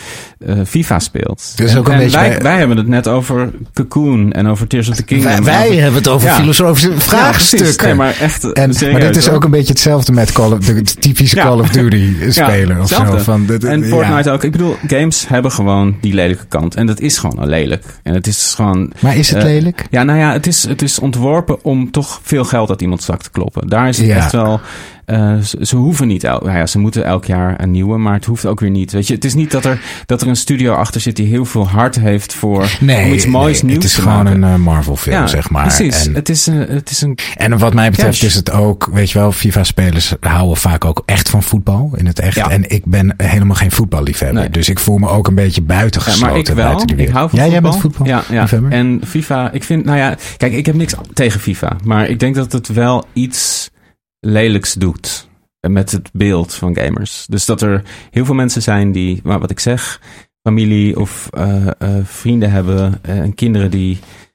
[SPEAKER 5] FIFA speelt.
[SPEAKER 6] Dus ook een beetje
[SPEAKER 5] wij hebben het net over Cocoon en over Tears of the Kingdom.
[SPEAKER 6] Wij hebben het over filosofische vraagstukken.
[SPEAKER 5] Nee, maar echt serieus,
[SPEAKER 6] maar dit is ook een beetje hetzelfde met de typische Call of Duty speler. Of zo.
[SPEAKER 5] En Fortnite ook. Ik bedoel, games hebben gewoon die lelijke kant. En dat is gewoon lelijk. En het is gewoon...
[SPEAKER 6] Maar is het lelijk?
[SPEAKER 5] Het is ontworpen om toch veel geld uit iemands zak te kloppen. Daar is het echt wel... Ze hoeven niet... ze moeten elk jaar een nieuwe, maar het hoeft ook weer niet. Weet je, het is niet dat er een studio achter zit die heel veel hart heeft voor om iets moois nieuws te maken.
[SPEAKER 6] Het is gewoon een Marvel film, zeg maar.
[SPEAKER 5] Precies. En het is een
[SPEAKER 6] en wat mij betreft is het ook, weet je wel, FIFA-spelers houden vaak ook echt van voetbal in het echt. Ja. En ik ben helemaal geen voetballiefhebber. Nee. Dus ik voel me ook een beetje buitengesloten.
[SPEAKER 5] Maar ik wel. Ik hou van voetbal.
[SPEAKER 6] Jij bent voetbal.
[SPEAKER 5] Ja. En FIFA, ik vind, kijk, ik heb niks tegen FIFA. Maar ik denk dat het wel iets lelijks doet met het beeld van gamers. Dus dat er heel veel mensen zijn die, wat ik zeg, familie of vrienden hebben en kinderen die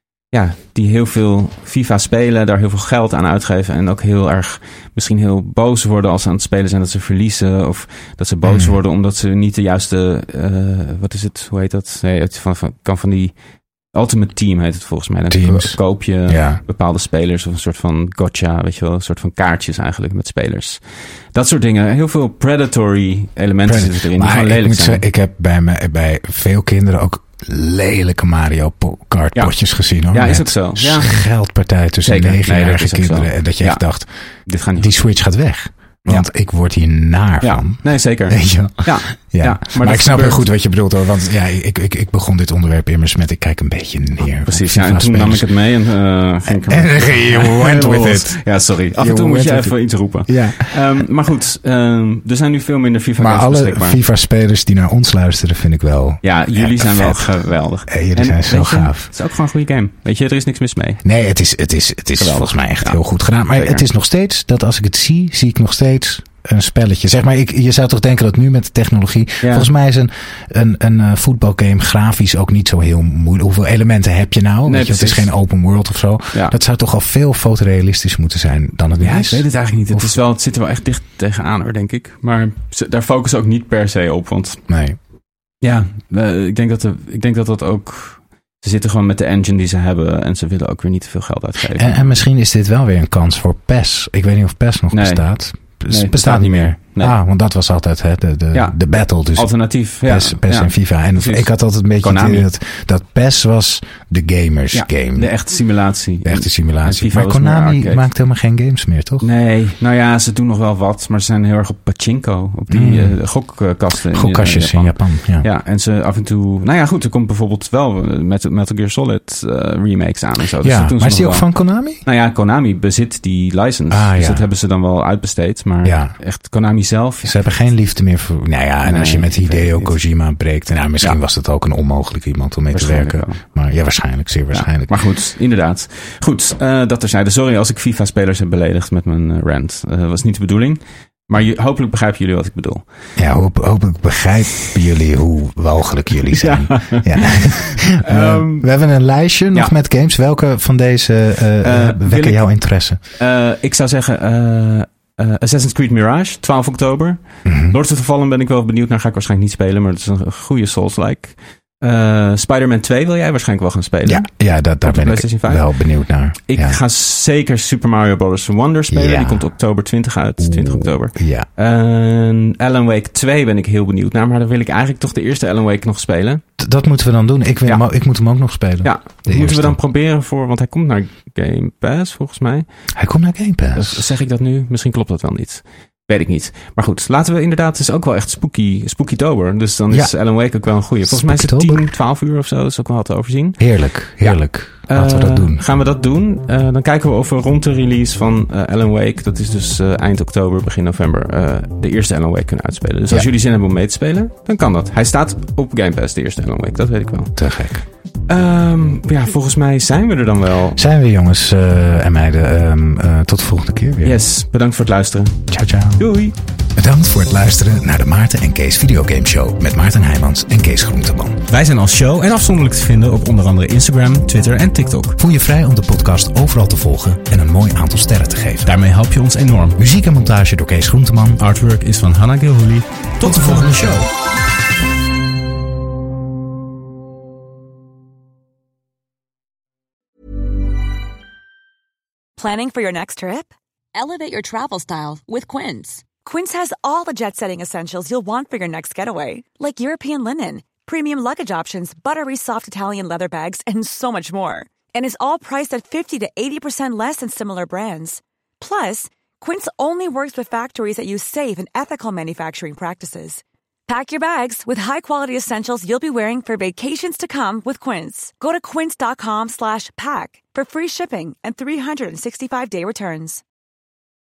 [SPEAKER 5] heel veel FIFA spelen, daar heel veel geld aan uitgeven en ook heel erg misschien heel boos worden als ze aan het spelen zijn dat ze verliezen of dat ze boos worden omdat ze niet de juiste, wat is het, hoe heet dat? Nee, het kan van die Ultimate Team heet het volgens mij. Dan koop je bepaalde spelers of een soort van gotcha, weet je wel, een soort van kaartjes eigenlijk met spelers. Dat soort dingen. Heel veel predatory elementen zitten erin. Die gewoon lelijk zijn.
[SPEAKER 6] Ik heb bij veel kinderen ook lelijke Mario Kart potjes gezien hoor.
[SPEAKER 5] Ja, is het zo? Ja.
[SPEAKER 6] Geldpartij tussen 9-jarige kinderen. En dat je echt dacht,
[SPEAKER 5] dit gaat niet
[SPEAKER 6] die Switch gaat weg. Want ik word hier naar van.
[SPEAKER 5] Nee, zeker.
[SPEAKER 6] Weet je? Ja. Maar ik snap heel goed wat je bedoelt hoor. Want ik begon dit onderwerp immers met ik kijk een beetje neer.
[SPEAKER 5] Precies, en toen nam ik het mee en ging ik
[SPEAKER 6] je went with it.
[SPEAKER 5] Ja, sorry. Af en toe moet je even iets roepen. Ja. Maar goed, er zijn nu veel minder FIFA games beschikbaar. Maar alle
[SPEAKER 6] FIFA-spelers die naar ons luisteren vind ik wel...
[SPEAKER 5] Ja, jullie zijn wel geweldig.
[SPEAKER 6] Jullie zijn zo gaaf.
[SPEAKER 5] Het is ook gewoon een goede game. Weet je, er is niks mis mee.
[SPEAKER 6] Nee, het is volgens mij echt heel goed gedaan. Maar het is nog steeds, dat als ik het zie ik nog steeds een spelletje. Zeg maar, je zou toch denken dat nu met de technologie... Volgens mij is een voetbalgame grafisch ook niet zo heel moeilijk. Hoeveel elementen heb je nou? Nee, het is geen open world of zo. Ja. Dat zou toch al veel fotorealistischer moeten zijn dan het nu is.
[SPEAKER 5] Ik weet het eigenlijk niet. Het zit er wel echt dicht tegenaan hoor, denk ik. Maar daar focussen ook niet per se op. Want ja, ik denk dat ook... Ze zitten gewoon met de engine die ze hebben en ze willen ook weer niet te veel geld uitgeven.
[SPEAKER 6] En misschien is dit wel weer een kans voor PES. Ik weet niet of PES nog bestaat.
[SPEAKER 5] Nee, bestaat niet meer. Nee.
[SPEAKER 6] Want dat was altijd de battle. Dus
[SPEAKER 5] alternatief.
[SPEAKER 6] PES en FIFA. En ik had altijd een beetje het idee dat PES was de gamers game.
[SPEAKER 5] De echte simulatie.
[SPEAKER 6] Maar Konami maakt helemaal geen games meer, toch?
[SPEAKER 5] Nee. Nou ja, ze doen nog wel wat. Maar ze zijn heel erg op pachinko. Op die gokkasten.
[SPEAKER 6] Gokkastjes in Japan.
[SPEAKER 5] Ja, en ze af en toe... Nou ja, goed. Er komt bijvoorbeeld wel met Metal Gear Solid remakes aan en zo. Dus
[SPEAKER 6] ja, maar is die ook van Konami?
[SPEAKER 5] Nou ja, Konami bezit die license. Dus dat hebben ze dan wel uitbesteed. Maar echt Konami zelf.
[SPEAKER 6] Ze hebben geen liefde meer voor... Nou ja, en als je met Hideo Kojima breekt... Nou, misschien was het ook een onmogelijk iemand om mee te werken. Wel. Maar ja, waarschijnlijk. Zeer waarschijnlijk.
[SPEAKER 5] Maar goed, inderdaad. Goed, dat terzijde. Sorry als ik FIFA-spelers heb beledigd met mijn rant. Dat was niet de bedoeling. Maar hopelijk begrijpen jullie wat ik bedoel.
[SPEAKER 6] Ja, hopelijk begrijpen jullie hoe walgelijk jullie zijn. We hebben een lijstje nog met games. Welke van deze wekken jouw interesse?
[SPEAKER 5] Ik zou zeggen... Assassin's Creed Mirage, 12 oktober. Lords of the Fallen ben ik wel benieuwd naar. Ga ik waarschijnlijk niet spelen, maar het is een goede Souls-like. Spider-Man 2 wil jij waarschijnlijk wel gaan spelen. Ja, daar ben ik
[SPEAKER 6] wel benieuwd naar.
[SPEAKER 5] Ik ga zeker Super Mario Bros. Wonder spelen. Ja. Die komt oktober 20 uit. 20 oktober.
[SPEAKER 6] Ja.
[SPEAKER 5] Alan Wake 2 ben ik heel benieuwd naar. Maar dan wil ik eigenlijk toch de eerste Alan Wake nog spelen.
[SPEAKER 6] Dat moeten we dan doen. Ik moet hem ook nog spelen.
[SPEAKER 5] Ja, moeten we dan proberen want hij komt naar Game Pass volgens mij.
[SPEAKER 6] Hij komt naar Game Pass.
[SPEAKER 5] Zeg ik dat nu? Misschien klopt dat wel niet. Weet ik niet. Maar goed, laten we inderdaad... Het is ook wel echt spooky-tober. Dus dan is Alan Wake ook wel een goeie. Volgens mij is het 10, 12 uur of zo. Dat is ook wel wat te overzien.
[SPEAKER 6] Heerlijk. Laten we dat doen.
[SPEAKER 5] Gaan we dat doen? Dan kijken we of we rond de release van Alan Wake... Dat is dus eind oktober, begin november... de eerste Alan Wake kunnen uitspelen. Dus als jullie zin hebben om mee te spelen, dan kan dat. Hij staat op Game Pass, de eerste Alan Wake. Dat weet ik wel.
[SPEAKER 6] Te gek.
[SPEAKER 5] Volgens mij zijn we er dan wel.
[SPEAKER 6] Zijn we, jongens en meiden. Tot de volgende keer weer.
[SPEAKER 5] Yes, bedankt voor het luisteren.
[SPEAKER 6] Ciao.
[SPEAKER 5] Doei.
[SPEAKER 6] Bedankt voor het luisteren naar de Maarten en Kees Videogame Show met Maarten Heijmans en Kees Groenteman.
[SPEAKER 7] Wij zijn als show en afzonderlijk te vinden op onder andere Instagram, Twitter en TikTok.
[SPEAKER 6] Voel je vrij om de podcast overal te volgen en een mooi aantal sterren te geven.
[SPEAKER 7] Daarmee help je ons enorm.
[SPEAKER 6] Muziek en montage door Kees Groenteman.
[SPEAKER 7] Artwork is van Hanna Gilhuli.
[SPEAKER 6] Tot de volgende show.
[SPEAKER 8] Planning for your next trip? Elevate your travel style with Quince. Quince has all the jet-setting essentials you'll want for your next getaway, like European linen, premium luggage options, buttery soft Italian leather bags, and so much more. And is all priced at 50 to 80% less than similar brands. Plus, Quince only works with factories that use safe and ethical manufacturing practices. Pack your bags with high-quality essentials you'll be wearing for vacations to come with Quince. Go to quince.com/pack for free shipping and 365-day returns.